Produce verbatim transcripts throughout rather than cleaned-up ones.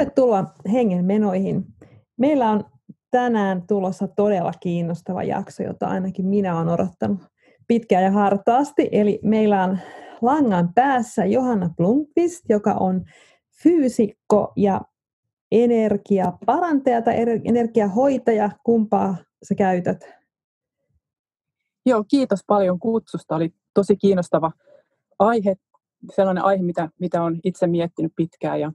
Tervetuloa Hengenmenoihin. Meillä on tänään tulossa todella kiinnostava jakso, jota ainakin minä olen odottanut pitkään ja hartaasti. Eli meillä on langan päässä Johanna Blomqvist, joka on fyysikko ja energiaparantaja tai energiahoitaja. Kumpaa sä käytät? Joo, kiitos paljon kutsusta. Oli tosi kiinnostava aihe, sellainen aihe, mitä, mitä olen itse miettinyt pitkään. Ja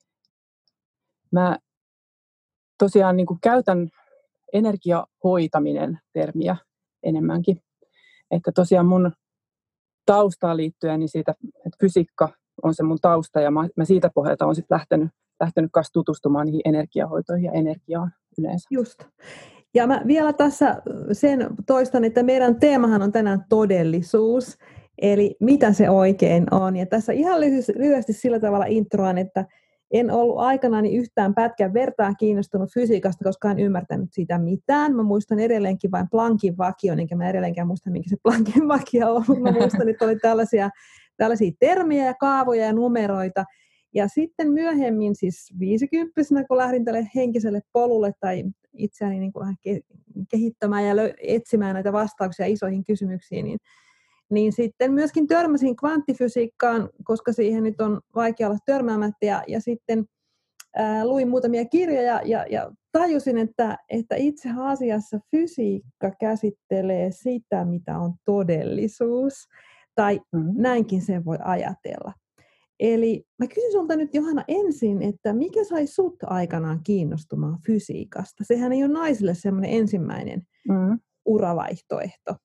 mä tosiaan niin kuin käytän energiahoitaminen termiä enemmänkin. Että tosiaan mun taustaan liittyen, niin siitä, että fysiikka on se mun tausta ja mä, mä siitä pohjalta olen sitten lähtenyt, lähtenyt kanssa tutustumaan niihin energiahoitoihin ja energiaan yleensä. Just. Ja mä vielä tässä sen toistan, että meidän teemahan on tänään todellisuus, eli mitä se oikein on. Ja tässä ihan lyhyesti sillä tavalla introan, että en ollut aikanaan yhtään pätkän vertaan kiinnostunut fysiikasta, koska en ymmärtänyt siitä mitään. Mä muistan edelleenkin vain Planckin vakion, enkä mä edelleenkään muista, mikä se Planckin vakio on. Mä muistan, että oli tällaisia, tällaisia termejä ja kaavoja ja numeroita. Ja sitten myöhemmin, siis viisikymppisenä, kun lähdin tälle henkiselle polulle tai itseäni niin kuin vähän kehittämään ja etsimään näitä vastauksia isoihin kysymyksiin, niin, niin sitten myöskin törmäsin kvanttifysiikkaan, koska siihen nyt on vaikea olla törmäämättä. Ja, ja sitten ää, luin muutamia kirjoja ja, ja tajusin, että, että itse asiassa fysiikka käsittelee sitä, mitä on todellisuus. Tai mm-hmm. näinkin sen voi ajatella. Eli mä kysyn sulta nyt, Johanna, ensin, että mikä sai sut aikanaan kiinnostumaan fysiikasta? Sehän ei ole naisille semmoinen ensimmäinen mm. uravaihtoehto.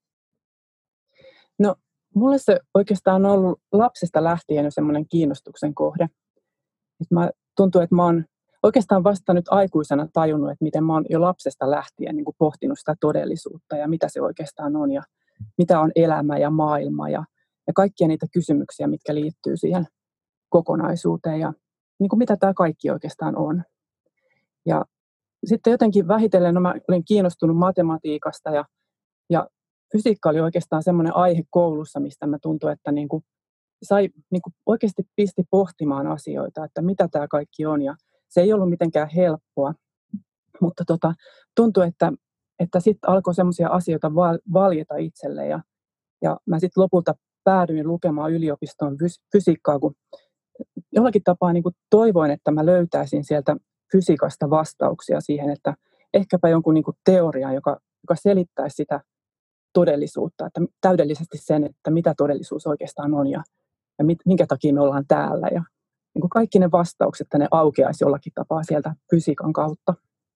No, mulle se oikeastaan on ollut lapsesta lähtien jo semmoinen kiinnostuksen kohde. Et mä, tuntuu, että mä oon oikeastaan vasta nyt aikuisena tajunnut, että miten mä oon jo lapsesta lähtien niin kuin pohtinut sitä todellisuutta ja mitä se oikeastaan on ja mitä on elämä ja maailma ja, ja kaikkia niitä kysymyksiä, mitkä liittyy siihen kokonaisuuteen ja niin kuin mitä tämä kaikki oikeastaan on. Ja sitten jotenkin vähitellen no mä olin kiinnostunut matematiikasta ja, ja fysiikka oli oikeastaan semmoinen aihe koulussa, mistä mä tuntui, että niin kuin sai, niin kuin oikeasti pisti pohtimaan asioita, että mitä tämä kaikki on. Ja se ei ollut mitenkään helppoa, mutta tota, tuntui, että, että sitten alkoi semmoisia asioita valjeta itselle ja, ja mä sitten lopulta päädyin lukemaan yliopiston fysiikkaa, kun jollakin tapaa niin kuin toivoin, että mä löytäisin sieltä fysiikasta vastauksia siihen, että ehkäpä jonkun niin kuin teorian, joka, joka selittäisi sitä todellisuutta, että täydellisesti sen, että mitä todellisuus oikeastaan on ja, ja mit, minkä takia me ollaan täällä. Ja niin kuin kaikki ne vastaukset, että ne aukeaisi jollakin tapaa sieltä fysiikan kautta.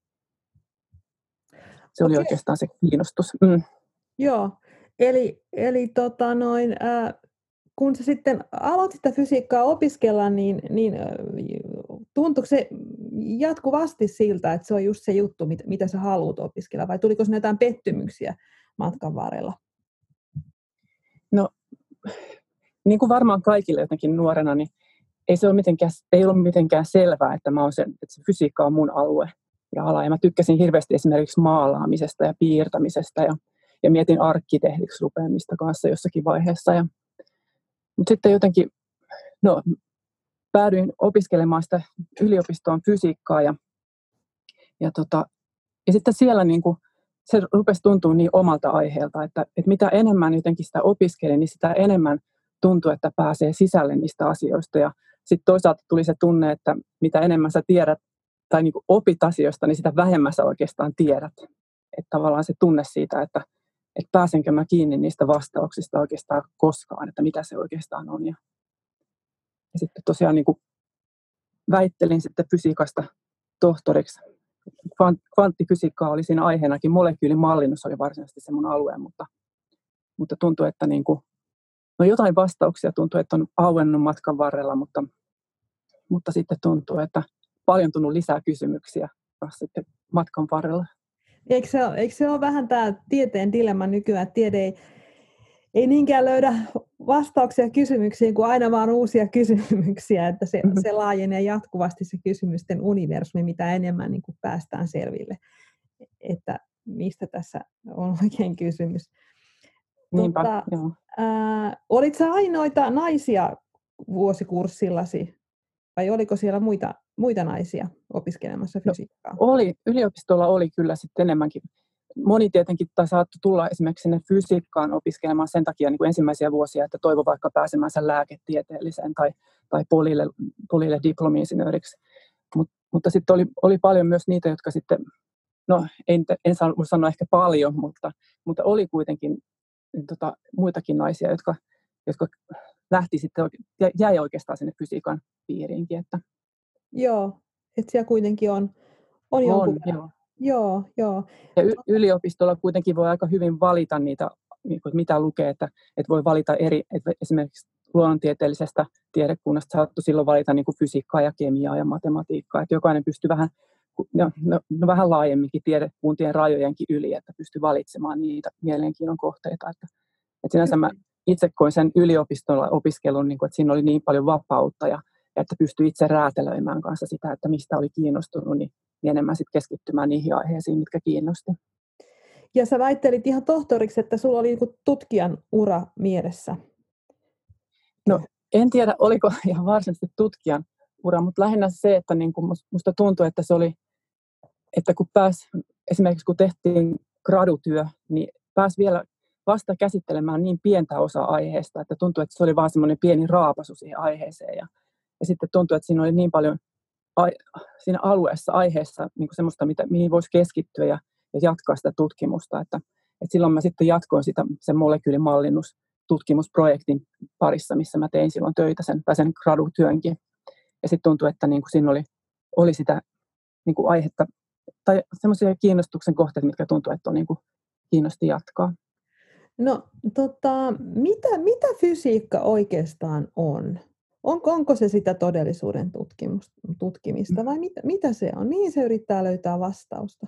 Se oli Okei. Oikeastaan se kiinnostus. Mm. Joo, eli, eli tota noin... Äh... kun sä sitten aloitit sitä fysiikkaa opiskella, niin, niin tuntuiko se jatkuvasti siltä, että se on just se juttu, mitä, mitä sä haluat opiskella, vai tuliko sinne jotain pettymyksiä matkan varrella? No, niin kuin varmaan kaikille jotenkin nuorena, niin ei se ole mitenkään, ei ollut mitenkään selvää, että, mä oon sen, että se fysiikka on mun alue ja ala. Ja mä tykkäsin hirveästi esimerkiksi maalaamisesta ja piirtämisestä ja, ja mietin arkkitehdiksi rupeamista kanssa jossakin vaiheessa. Ja mutta sitten jotenkin no, päädyin opiskelemaan sitä yliopistoon fysiikkaa ja, ja, tota, ja sitten siellä niin kuin, se rupesi tuntua niin omalta aiheelta, että, että mitä enemmän jotenkin sitä opiskelin, niin sitä enemmän tuntui, että pääsee sisälle niistä asioista. Ja sitten toisaalta tuli se tunne, että mitä enemmän sä tiedät tai niin kuin opit asioista, niin sitä vähemmän sä oikeastaan tiedät. Että tavallaan se tunne siitä, että että pääsenkö mä kiinni niistä vastauksista oikeastaan koskaan, että mitä se oikeastaan on. Ja, ja sitten tosiaan niin kuin väittelin sitten fysiikasta tohtoriksi. Kvanttifysiikkaa oli siinä aiheenakin, molekyylimallinnus oli varsinaisesti se mun alue, mutta, mutta tuntui, että niin kuin, no jotain vastauksia tuntui, että on auennut matkan varrella, mutta, mutta sitten tuntuu, että paljon tullut lisää kysymyksiä sitten matkan varrella. Eikö se, ole, eikö se ole vähän tämä tieteen dilemma nykyään, että tiede ei, ei niinkään löydä vastauksia kysymyksiin, kuin aina vaan uusia kysymyksiä, että se, mm-hmm. se laajenee jatkuvasti se kysymysten universumi, mitä enemmän niin kuin päästään selville, että mistä tässä on oikein kysymys. Niinpä, Mutta, joo. ää, olit sä ainoita naisia vuosikurssillasi? vai oliko siellä muita, muita naisia opiskelemassa No, fysiikkaa? oli, yliopistolla oli kyllä sitten enemmänkin. Moni tietenkin tai saattoi tulla esimerkiksi sinne fysiikkaan opiskelemaan sen takia niin kuin ensimmäisiä vuosia, että toivo vaikka pääsemänsä lääketieteelliseen tai, tai polille, polille diplomi-insinööriksi. Mut, mutta sitten oli, oli paljon myös niitä, jotka sitten, no en, en saa sanoa ehkä paljon, mutta, mutta oli kuitenkin niin tota, muitakin naisia, jotka, jotka lähti sitten, jäi oikeastaan sinne fysiikan piiriinkin. Että. Joo, että siellä kuitenkin on, on jonkun On, verran. joo. Joo, joo. Ja y- yliopistolla kuitenkin voi aika hyvin valita niitä, mitä lukee, että, että voi valita eri, että esimerkiksi luonnontieteellisestä tiedekunnasta saattoi silloin valita niin kuin fysiikkaa ja kemiaa ja matematiikkaa, että jokainen pystyy vähän, no, no, no vähän laajemminkin tiedekuntien rajojenkin yli, että pystyy valitsemaan niitä mielenkiinnon kohteita. Että, että sinänsä mä itse koin sen yliopistolla opiskelun, niin kuin, että siinä oli niin paljon vapautta ja, ja että pystyi itse räätälöimään kanssa sitä, että mistä oli kiinnostunut, niin niin enemmän sit keskittymään niihin aiheisiin, mitkä kiinnosti. Ja sä väittelit ihan tohtoriksi, että sulla oli niinku tutkijan ura mielessä. No en tiedä, oliko ihan varsinaisesti tutkijan ura, mutta lähinnä se, että niin kuin musta tuntui, että se oli, että kun pääsi, esimerkiksi kun tehtiin gradutyö, niin pääsi vielä vasta käsittelemään niin pientä osaa aiheesta, että tuntui, että se oli vaan semmoinen pieni raapasu siihen aiheeseen. Ja, ja sitten tuntui, että siinä oli niin paljon ai, siinä alueessa, aiheessa niin kuin semmoista, mitä, mihin voisi keskittyä ja, ja jatkaa sitä tutkimusta. Että, että silloin mä sitten jatkoin sitä, sen molekyylimallinnustutkimusprojektin parissa, missä mä tein silloin töitä sen, tai sen gradutyönkin. Ja sitten tuntui, että niin kuin siinä oli, oli sitä niin kuin aihetta, tai semmoisia kiinnostuksen kohteita, mitkä tuntui, että on niin kuin kiinnosti jatkaa. No tota, mitä, mitä fysiikka oikeastaan on? Onko, onko se sitä todellisuuden tutkimista vai mitä, mitä se on? Mihin se yrittää löytää vastausta?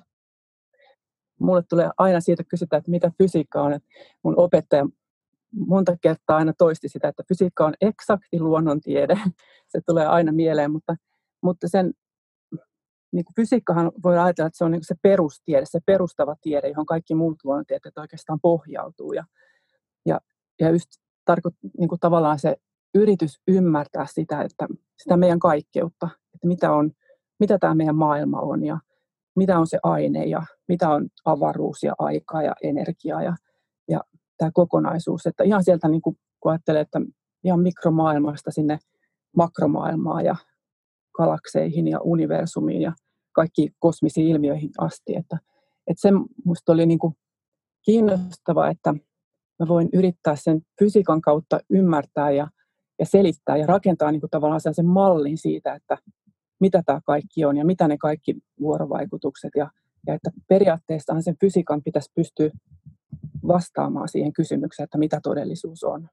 Mulle tulee aina siitä kysytä, että mitä fysiikka on. Että mun opettaja monta kertaa aina toisti sitä, että fysiikka on eksakti luonnontiede. Se tulee aina mieleen, mutta, mutta sen niin kuin fysiikkahan voi ajatella, että se on niin kuin se perustiede, se perustava tiede, johon kaikki muut luonnontieteet oikeastaan pohjautuu. Ja, ja, ja just tarkoit, niin kuin tavallaan se yritys ymmärtää sitä, että sitä meidän kaikkeutta, että mitä, on, mitä tämä meidän maailma on ja mitä on se aine ja mitä on avaruus ja aika ja energia ja, ja tämä kokonaisuus. Että ihan sieltä niin kuin, kun ajattelee, että ihan mikromaailmasta sinne makromaailmaan ja galakseihin ja universumiin ja kaikki kosmisiin ilmiöihin asti. Että, että se musta oli niin kuin kiinnostavaa, että mä voin yrittää sen fysiikan kautta ymmärtää ja, ja selittää ja rakentaa niin kuin tavallaan sen mallin siitä, että mitä tämä kaikki on ja mitä ne kaikki vuorovaikutukset ja, ja että periaatteessahan sen fysiikan pitäisi pystyä vastaamaan siihen kysymykseen, että mitä todellisuus on.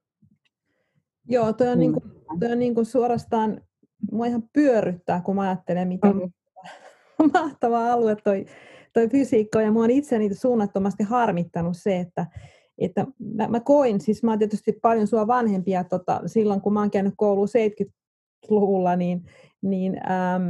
Joo, toi on, Mm. niin kuin, toi on niin kuin suorastaan, mua ihan pyörryttää, kun mä ajattelen, mitä mm. mahtava alue toi, toi fysiikka on, ja mua on itse niitä suunnattomasti harmittanut se, että, että mä, mä koin, siis mä oon tietysti paljon sua vanhempia, tota, silloin kun mä oon käynyt kouluun seitsemänkymmentäluvulla, niin, niin äm,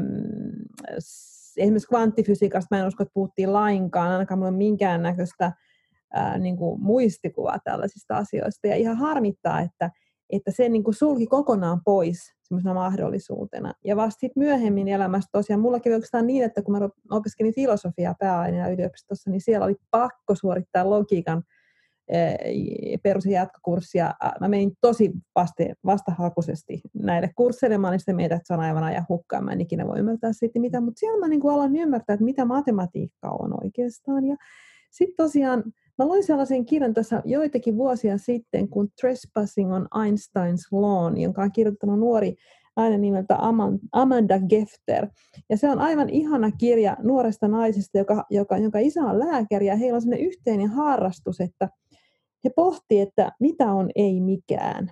esimerkiksi kvanttifysiikasta mä en usko, että puhuttiin lainkaan, ainakaan mulla ei ole minkäännäköistä ää, niin kuin muistikuvaa tällaisista asioista, ja ihan harmittaa, että että se niin kuin sulki kokonaan pois semmoisena mahdollisuutena. Ja vasta sit myöhemmin elämässä tosiaan, mullakin oli oikeastaan niin, että kun mä opiskelin filosofiaa pääaineena yliopistossa, niin siellä oli pakko suorittaa logiikan perus- ja jatkokurssia. Mä menin tosi vasta, vastahakuisesti näille kursseille. Mä olin sitä mieltä, että se on aivan ajan hukkaan. Mä en ikinä voi ymmärtää siitä mitään, mutta siellä mä niin kuin aloin ymmärtää, että mitä matematiikka on oikeastaan. Ja sitten tosiaan mä luin sellaisen kirjan tässä joitakin vuosia sitten, kun Trespassing on Einstein's Lawn, jonka on kirjoittanut nuori nainen nimeltä Amanda Gefter. Ja se on aivan ihana kirja nuoresta naisesta, joka, joka, jonka isä on lääkäri, ja heillä on sellainen yhteinen harrastus, että he pohtii, että mitä on ei mikään.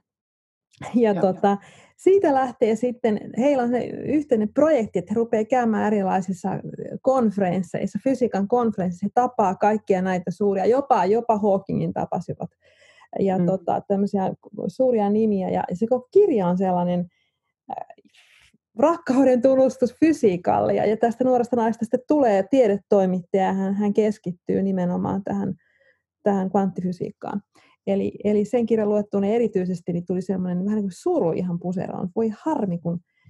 Ja tota, siitä lähtee sitten, heillä on se yhteinen projekti, että he rupeaa käymään erilaisissa konferensseissa, fysiikan konferensseissa, he tapaa kaikkia näitä suuria, jopa, jopa Hawkingin tapasivat, ja mm. tota, tämmöisiä suuria nimiä, ja se koko kirja on sellainen äh, rakkauden tunnustus fysiikalle, ja, ja tästä nuoresta naista sitten tulee tiedetoimittaja, ja hän, hän keskittyy nimenomaan tähän, tähän kvanttifysiikkaan. Eli, eli sen kirjan luettuun erityisesti niin tuli semmoinen vähän niin kuin suru ihan puseroon. Voi harmi, kun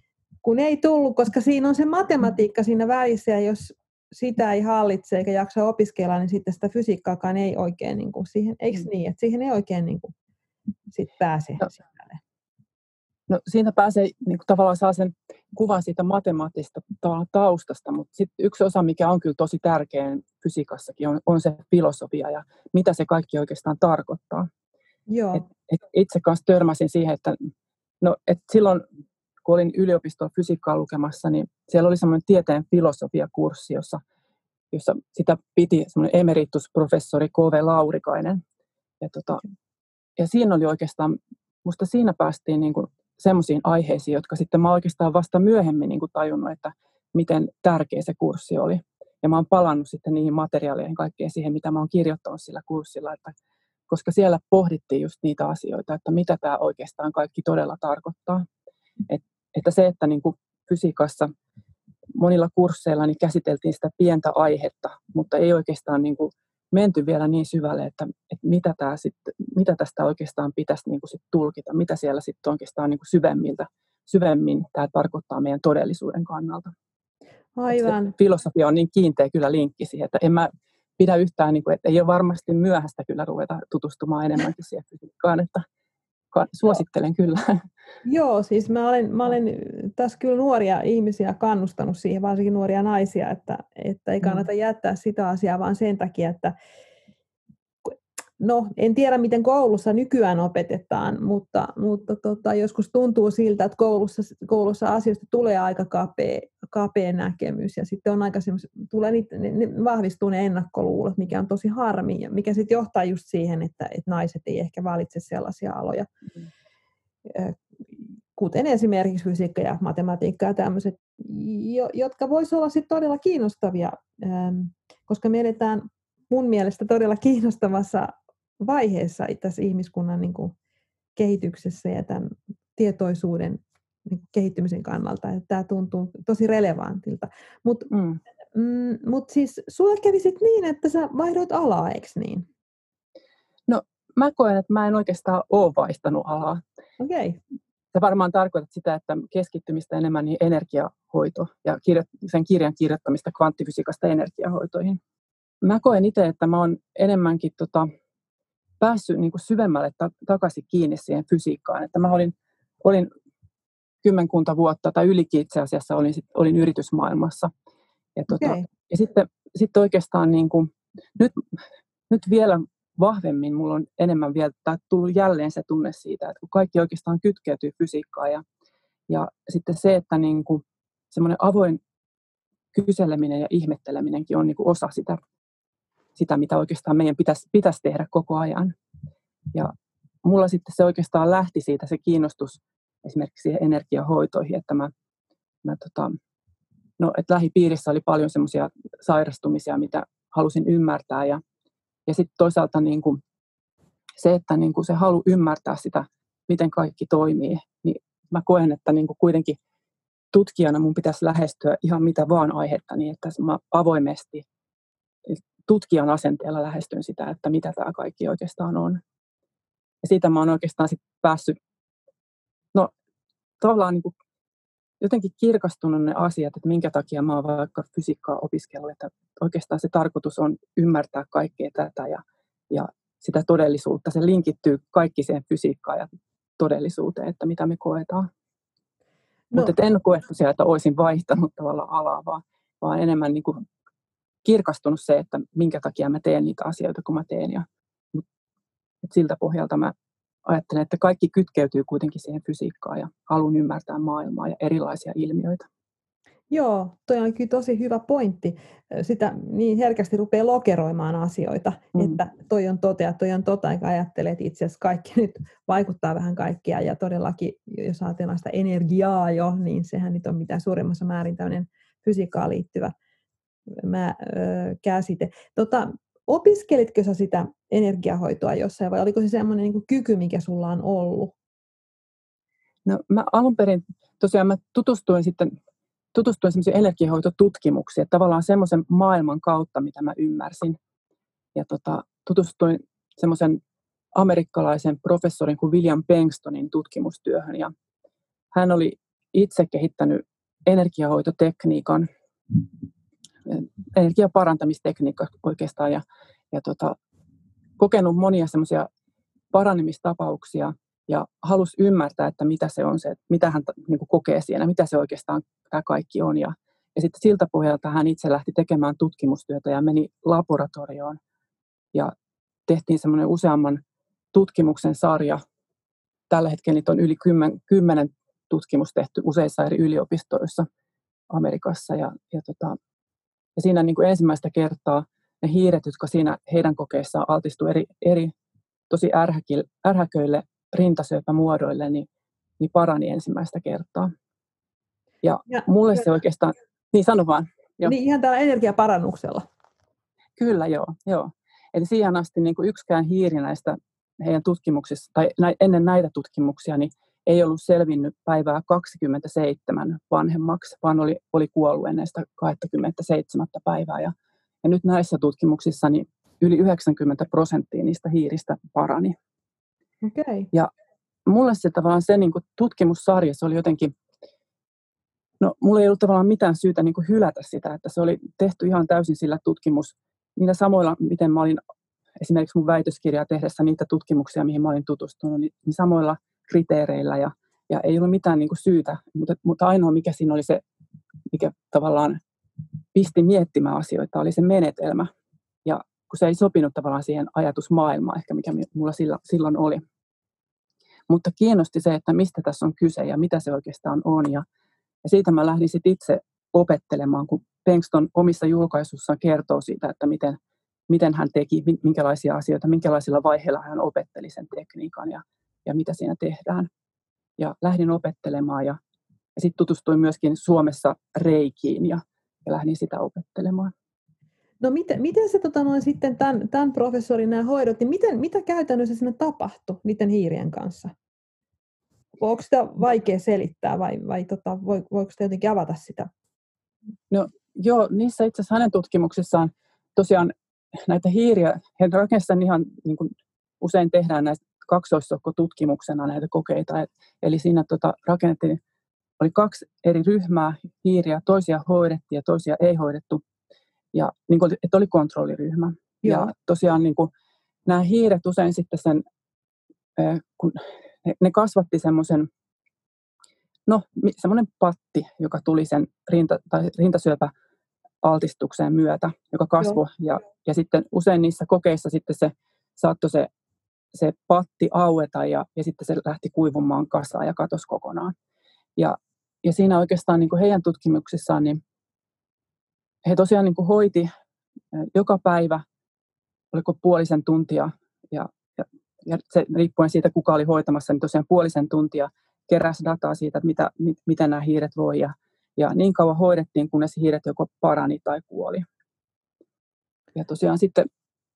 kun ei tullut, koska siinä on se matematiikka siinä välissä, ja jos sitä ei hallitse eikä jaksa opiskella, niin sitten sitä fysiikkaakaan ei oikein, niin kuin siihen, eikö niin, että siihen ei oikein niin kuin, sit pääse no, sisälle. No siinä pääsee niin kuin tavallaan saa sen kuvan siitä matemaattista taustasta, mutta sitten yksi osa, mikä on kyllä tosi tärkeä fysiikassakin, on, on se filosofia ja mitä se kaikki oikeastaan tarkoittaa. Joo. Et, et itse kanssa törmäsin siihen, että no, et silloin kun olin yliopistolla fysiikkaa lukemassa, niin siellä oli semmoinen tieteen filosofiakurssi, jossa, jossa sitä piti semmoinen emeritusprofessori K V Laurikainen. Ja, tota, ja siinä oli oikeastaan, musta siinä päästiin niin kuin semmoisiin aiheisiin, jotka sitten mä oikeastaan vasta myöhemmin niin kuin tajunnut, että miten tärkeä se kurssi oli. Ja mä oon palannut sitten niihin materiaaleihin kaikkeen siihen, mitä mä oon kirjoittanut sillä kurssilla, että, koska siellä pohdittiin just niitä asioita, että mitä tämä oikeastaan kaikki todella tarkoittaa. Et, että se, että niin kuin fysiikassa monilla kursseilla niin käsiteltiin sitä pientä aihetta, mutta ei oikeastaan niin kuin menty vielä niin syvälle, että, että mitä, tämä sit, mitä tästä oikeastaan pitäisi niin kuin sit tulkita, mitä siellä sitten oikeastaan niin kuin syvemmiltä, syvemmin tämä tarkoittaa meidän todellisuuden kannalta. Aivan. Filosofia on niin kiinteä kyllä linkki siihen, että en mä pidä yhtään, niin kuin, että ei ole varmasti myöhäistä kyllä ruveta tutustumaan enemmänkin siihen fysiikkaan, että suosittelen kyllä. Joo, siis mä olen, mä olen tässä kyllä nuoria ihmisiä kannustanut siihen, varsinkin nuoria naisia, että, että ei kannata jättää sitä asiaa vaan sen takia, että no, en tiedä miten koulussa nykyään opetetaan, mutta, mutta tota, joskus tuntuu siltä, että koulussa, koulussa asioista tulee aika kapea, kapea näkemys ja sitten on aika tulee niitä, ne, ne vahvistuu ne ennakkoluulot, mikä on tosi harmi ja mikä sitten johtaa just siihen, että, että naiset ei ehkä valitse sellaisia aloja, mm. kuten esimerkiksi fysiikka ja matematiikka ja tämmöiset, jotka voisivat olla sitten todella kiinnostavia, koska me edetään mun mielestä todella kiinnostavassa vaiheessa tässä ihmiskunnan niin kuin kehityksessä ja tämän tietoisuuden niin kuin kehittymisen kannalta. Että tämä tuntuu tosi relevantilta. Mutta mm. mm, mut siis sulla kävi sit niin, että sä vaihdoit alaa, eikö niin? No mä koen, että mä en oikeastaan ole vaihtanut alaa. Okei. Okay. Sä varmaan tarkoitat sitä, että keskittymistä enemmän niin energiahoito ja kirjo- sen kirjan kirjoittamista kvanttifysiikasta energiahoitoihin. Mä koen itse, että mä oon enemmänkin tota, päässyt niin kuin syvemmälle ta- takaisin kiinni siihen fysiikkaan. Että mä olin, olin kymmenkunta vuotta, tai ylikin itse asiassa olin, sit, olin yritysmaailmassa. Ja, tota, okay. ja sitten, sitten oikeastaan niin kuin, nyt, nyt vielä vahvemmin mulla on enemmän vielä tullut jälleen se tunne siitä, että kun kaikki oikeastaan kytkeytyy fysiikkaan. Ja, ja sitten se, että niin kuin, semmoinen avoin kyseleminen ja ihmetteleminenkin on niin kuin osa sitä, sitä, mitä oikeastaan meidän pitäisi, pitäisi tehdä koko ajan. Ja mulla sitten se oikeastaan lähti siitä se kiinnostus esimerkiksi siihen energiahoitoihin, että mä, mä tota, no, että lähipiirissä oli paljon semmoisia sairastumisia, mitä halusin ymmärtää. Ja, ja sitten toisaalta niin kuin se, että niin kuin se halu ymmärtää sitä, miten kaikki toimii, niin mä koen, että niin kuin kuitenkin tutkijana mun pitäisi lähestyä ihan mitä vaan aihetta, niin että mä avoimesti tutkijan asenteella lähestyn sitä, että mitä tämä kaikki oikeastaan on. Ja siitä mä oon oikeastaan sit päässyt, no tavallaan niin kuin jotenkin kirkastunut ne asiat, että minkä takia mä oon vaikka fysiikkaa opiskellut, että oikeastaan se tarkoitus on ymmärtää kaikkea tätä ja, ja sitä todellisuutta. Se linkittyy kaikki siihen fysiikkaan ja todellisuuteen, että mitä me koetaan. No. Mutta en koe tosiaan, että olisin vaihtanut tavallaan alaa, vaan, vaan enemmän niin kuin kirkastunut se, että minkä takia mä teen niitä asioita, kun mä teen. Ja, et siltä pohjalta mä ajattelen, että kaikki kytkeytyy kuitenkin siihen fysiikkaan ja haluan ymmärtää maailmaa ja erilaisia ilmiöitä. Joo, toi on kyllä tosi hyvä pointti. Sitä niin herkästi rupeaa lokeroimaan asioita, mm. että toi on totta ja toi on tota, eikä ajattelee, että itse asiassa kaikki nyt vaikuttaa vähän kaikkea. Ja todellakin, jos ajatellaan sitä energiaa jo, niin sehän nyt on mitä suurimmassa määrin tämmöinen fysiikkaan liittyvä mä, ö, käsite. Tota, opiskelitko sä sitä energiahoitoa jossain vai oliko se semmoinen niin kuin kyky, mikä sulla on ollut? No mä alun perin, tosiaan mä tutustuin sitten tutustuin semmoisiin energiahoitotutkimuksiin, että tavallaan semmoisen maailman kautta, mitä mä ymmärsin. Ja tota, tutustuin semmoisen amerikkalaisen professorin kuin William Bengtsonin tutkimustyöhön. Ja hän oli itse kehittänyt energiahoitotekniikan, energiaparantamistekniikka oikeastaan, ja, ja tota, kokenut monia semmoisia paranemistapauksia ja halusi ymmärtää, että mitä se on se, mitä hän niin kuin kokee siinä, mitä se oikeastaan tämä kaikki on. Ja, ja sitten siltä pohjalta hän itse lähti tekemään tutkimustyötä ja meni laboratorioon ja tehtiin semmoinen useamman tutkimuksen sarja. Tällä hetkellä niitä on yli kymmen, kymmenen tutkimus tehty useissa eri yliopistoissa Amerikassa. Ja, ja, tota, ja siinä niin kuin ensimmäistä kertaa ne hiiret, jotka siinä heidän kokeessaan altistui eri, eri tosi ärhäköille rintasyöpämuodoille, niin, niin parani ensimmäistä kertaa. Ja, ja mulle ja, se oikeastaan, niin sano vaan. Jo. Niin ihan tällä energiaparannuksella. Kyllä, joo. joo. Eli siihen asti niin kuin yksikään hiiri näistä heidän tutkimuksissa, tai nä, ennen näitä tutkimuksia, niin ei ollut selvinnyt päivää kaksikymmentäseitsemän vanhemmaksi, vaan oli, oli kuollut ennen sitä kaksikymmentäseitsemän päivää. Ja, ja nyt näissä tutkimuksissa niin yli yhdeksänkymmentä prosenttia niistä hiiristä parani. Okay. Ja mulle se tavallaan se niin kuin tutkimussarja, se oli jotenkin, no mulla ei ollut tavallaan mitään syytä niin kuin hylätä sitä, että se oli tehty ihan täysin sillä tutkimus, niillä samoilla, miten mä olin esimerkiksi mun väitöskirjaa tehdessä niitä tutkimuksia, mihin mä olin tutustunut, niin, niin samoilla kriteereillä ja, ja ei ollut mitään niin kuin syytä, mutta, mutta ainoa mikä siinä oli se, mikä tavallaan pisti miettimään asioita, oli se menetelmä. Ja kun se ei sopinut tavallaan siihen ajatusmaailmaan ehkä, mikä mulla silloin oli. Mutta kiinnosti se, että mistä tässä on kyse ja mitä se oikeastaan on. Ja, ja siitä mä lähdin sitten itse opettelemaan, kun Bengston omissa julkaisussaan kertoo siitä, että miten, miten hän teki, minkälaisia asioita, minkälaisilla vaiheilla hän opetteli sen tekniikan ja, ja mitä siinä tehdään. Ja lähdin opettelemaan ja, ja sitten tutustuin myöskin Suomessa reikiin ja, ja lähdin sitä opettelemaan. No miten, miten se tota, noin, sitten tämän, tämän professorin nämä hoidot, niin miten, mitä käytännössä siinä tapahtui niiden hiirien kanssa? Onko sitä vaikea selittää vai, vai tota, voiko sitä jotenkin avata sitä? No joo, niissä itse asiassa hänen tutkimuksissaan tosiaan näitä hiiriä, he rakensivat ihan niin kuin usein tehdään näistä kaksoissohkotutkimuksena näitä kokeita. Et, eli siinä tota, rakennettiin, oli kaksi eri ryhmää hiiriä, toisia hoidettiin ja toisia ei hoidettu. Ja niin kuin, että oli kontrolliryhmä. Joo. Ja tosiaan niin kuin, nämä hiiret usein sitten sen, kun ne, ne kasvatti semmoisen, no semmoinen patti, joka tuli sen rinta, tai rintasyöpäaltistukseen myötä, joka kasvoi. Ja, ja sitten usein niissä kokeissa sitten se saattoi se, se patti aueta ja, ja sitten se lähti kuivumaan kasaan ja katosi kokonaan. Ja, ja siinä oikeastaan niin kuin heidän tutkimuksissaan, niin he tosiaan niin kuin hoiti joka päivä, oliko puolisen tuntia, ja, ja, ja se riippuen siitä, kuka oli hoitamassa, niin tosiaan puolisen tuntia keräsi dataa siitä, että mitä, mit, miten nämä hiiret voi, ja, ja niin kauan hoidettiin, kunnes hiiret joko parani tai kuoli. Ja tosiaan sitten,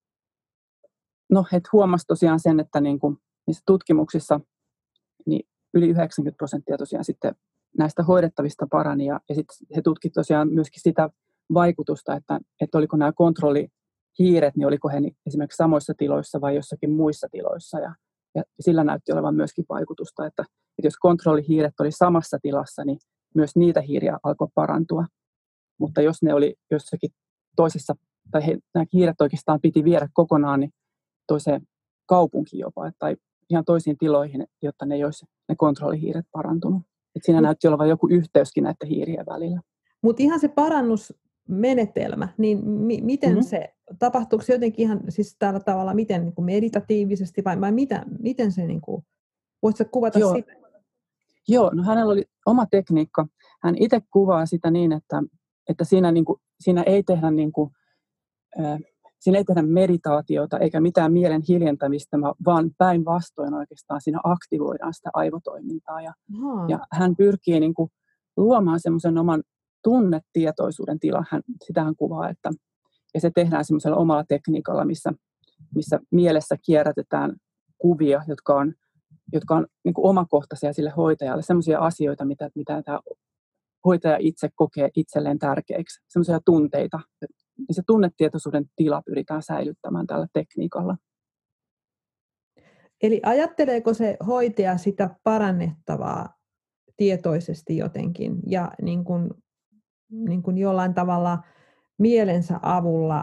no he huomasi tosiaan sen, että niin kuin niissä tutkimuksissa niin yli yhdeksänkymmentä prosenttia tosiaan sitten näistä hoidettavista parani, ja, ja sitten he tutkivat tosiaan myöskin sitä vaikutusta, että, että oliko nämä kontrollihiiret, niin oliko he esimerkiksi samoissa tiloissa vai jossakin muissa tiloissa. Ja, ja sillä näytti olevan myöskin vaikutusta, että, että jos kontrollihiiret oli samassa tilassa, niin myös niitä hiiriä alkoi parantua. Mutta jos ne oli jossakin toisessa, tai he, nämä hiiret oikeastaan piti viedä kokonaan niin toiseen kaupunkiin jopa, tai ihan toisiin tiloihin, jotta ne ei olisi ne kontrollihiiret parantunut. Et siinä näytti olevan joku yhteyskin näiden hiirien välillä. Mutta ihan se parannusmenetelmä, niin mi- miten mm-hmm. se, tapahtuuko se jotenkin ihan siis tällä tavalla, miten niin kuin meditatiivisesti vai, vai mitä, miten se, niin kuin, voitko kuvata Joo. sitä? Joo, no hänellä oli oma tekniikka. Hän itse kuvaa sitä niin, että, että siinä, niin kuin, siinä, ei tehdä, niin kuin, äh, siinä ei tehdä meditaatiota eikä mitään mielen hiljentämistä, vaan päinvastoin oikeastaan siinä aktivoidaan sitä aivotoimintaa. Ja, ja hän pyrkii niin kuin, luomaan semmoisen oman tunnetietoisuuden tila, hän, sitä hän kuvaa, että, ja se tehdään semmoisella omalla tekniikalla, missä, missä mielessä kierrätetään kuvia, jotka on, jotka on niin kuin omakohtaisia sille hoitajalle, semmoisia asioita, mitä, mitä tämä hoitaja itse kokee itselleen tärkeiksi, semmoisia tunteita. Ja se tunnetietoisuuden tila pyritään säilyttämään tällä tekniikalla. Eli ajatteleeko se hoitaja sitä parannettavaa tietoisesti jotenkin ja niin kuin, niin kuin jollain tavalla mielensä avulla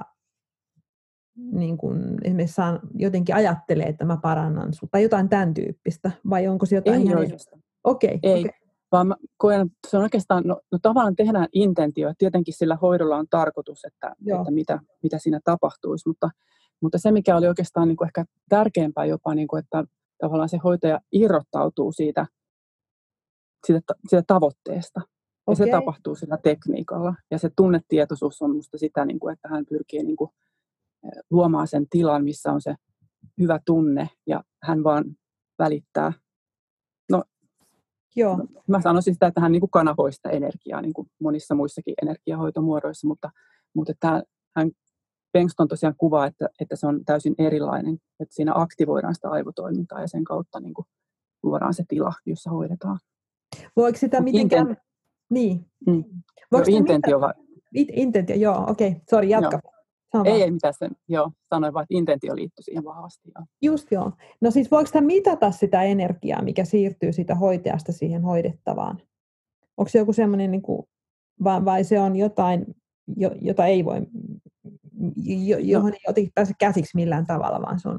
niin kuin esimerkiksi saan, jotenkin ajattelee, että mä parannan sut, tai jotain tämän tyyppistä, vai onko se jotain Ei ihan... oikeastaan. Okei, okay, Ei, okay. vaan mä koen, että se on oikeastaan, no, no tavallaan tehdään intentio, että tietenkin sillä hoidolla on tarkoitus, että, että mitä, mitä siinä tapahtuisi, mutta, mutta se mikä oli oikeastaan niin kuin ehkä tärkeämpää jopa, niin kuin, että tavallaan se hoitaja irrottautuu siitä, siitä, siitä tavoitteesta. Ja Okay. se tapahtuu sillä tekniikalla. Ja se tunnetietoisuus on musta sitä, niin kuin, että hän pyrkii niin kuin, luomaan sen tilan, missä on se hyvä tunne ja hän vaan välittää. No, Joo. mä sanoisin sitä, että hän niin kuin kanavoi sitä energiaa niin kuin monissa muissakin energiahoitomuodoissa, mutta, mutta tämä, hän Bengston tosiaan kuvaa, että, että se on täysin erilainen, että siinä aktivoidaan sitä aivotoimintaa ja sen kautta niin kuin luodaan se tila, jossa hoidetaan. Voiko sitä Mut mitenkään... Inten... Niin. Mm. Voiko jo, intentio mitä... va... Intentio, joo, okei. Okay. Sori, jatka. Ei, ei mitään sen, joo, sanoin vaan, että intentio liittyy siihen vahvasti. Joo. Just joo. No siis voiko sitä mitata sitä energiaa, mikä siirtyy siitä hoitajasta siihen hoidettavaan? Onko se joku semmoinen, niin kuin, vai, vai se on jotain, jo, jota ei voi, jo, johon no. ei pääse käsiksi millään tavalla, vaan se on...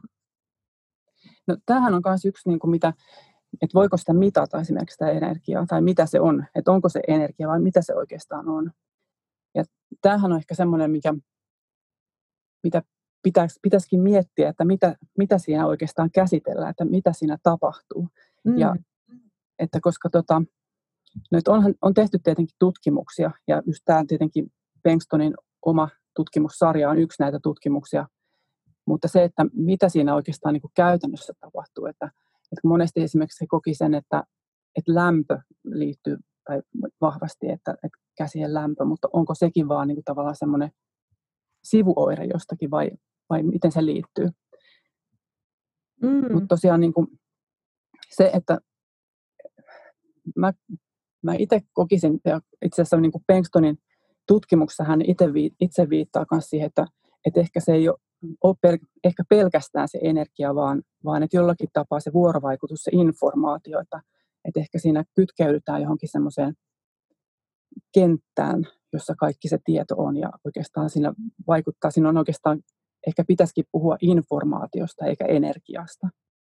No tämähän on myös yksi, niin kuin mitä, että voiko sitä mitata esimerkiksi sitä energiaa, tai mitä se on, että onko se energia vai mitä se oikeastaan on. Ja tämähän on ehkä semmoinen, mikä, mitä pitäisi, pitäisikin miettiä, että mitä, mitä siinä oikeastaan käsitellään, että mitä siinä tapahtuu. Mm. Ja että koska tota, nyt onhan, on tehty tietenkin tutkimuksia, ja just tämä tietenkin Bengstonin oma tutkimussarja on yksi näitä tutkimuksia, mutta se, että mitä siinä oikeastaan niin kuin käytännössä tapahtuu, että, että monesti esimerkiksi se koki sen, että, että lämpö liittyy tai vahvasti, että, että käsien lämpö, mutta onko sekin vaan niin kuin tavallaan semmoinen sivuoire jostakin vai, vai miten se liittyy. Mm. Mutta tosiaan niin kuin se, että mä, mä itse kokisin, ja itse asiassa niin kuin Bengstonin tutkimuksessa hän itse, itse viittaa myös siihen, että, että ehkä se ei ole, ole pel, ehkä pelkästään se energia, vaan, vaan että jollakin tapaa se vuorovaikutus, se informaatio, että, että ehkä siinä kytkeydytään johonkin semmoiseen kenttään, jossa kaikki se tieto on ja oikeastaan siinä vaikuttaa, siinä on oikeastaan, ehkä pitäisikin puhua informaatiosta eikä energiasta.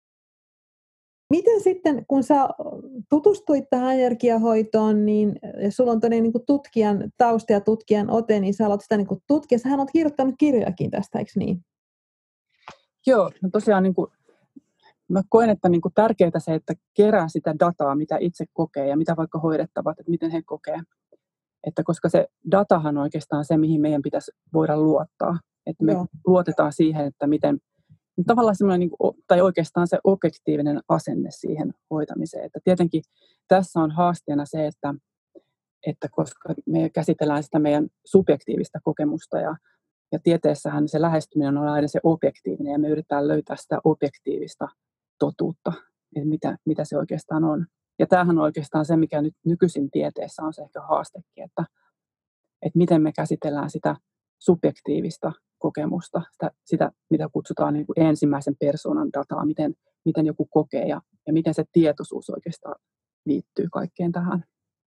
Miten sitten, kun sä tutustuit tähän energiahoitoon, niin sulla on todella niin kuin tutkijan tausta ja tutkijan ote, niin sä aloit sitä niin kuin tutkia. Sähän olet kirjoittanut kirjojakin tästä, eikö niin? Joo, no tosiaan niin kuin, mä koen, että niin kuin tärkeää se, että kerää sitä dataa, mitä itse kokee ja mitä vaikka hoidettavat, että miten he kokee. Että koska se datahan on oikeastaan se, mihin meidän pitäisi voida luottaa. Että me Joo. luotetaan siihen, että miten, tavallaan semmoinen, niin kuin, tai oikeastaan se objektiivinen asenne siihen hoitamiseen. Että tietenkin tässä on haasteena se, että, että koska me käsitellään sitä meidän subjektiivista kokemusta ja, ja tieteessähän se lähestyminen on aina se objektiivinen ja me yritetään löytää sitä objektiivista totuutta, että mitä, mitä se oikeastaan on. Ja tämähän on oikeastaan se, mikä nyt nykyisin tieteessä on se ehkä haastekin, että, että miten me käsitellään sitä subjektiivista kokemusta, sitä, sitä mitä kutsutaan niin kuin ensimmäisen persoonan dataa, miten, miten joku kokee ja, ja miten se tietoisuus oikeastaan liittyy kaikkeen tähän.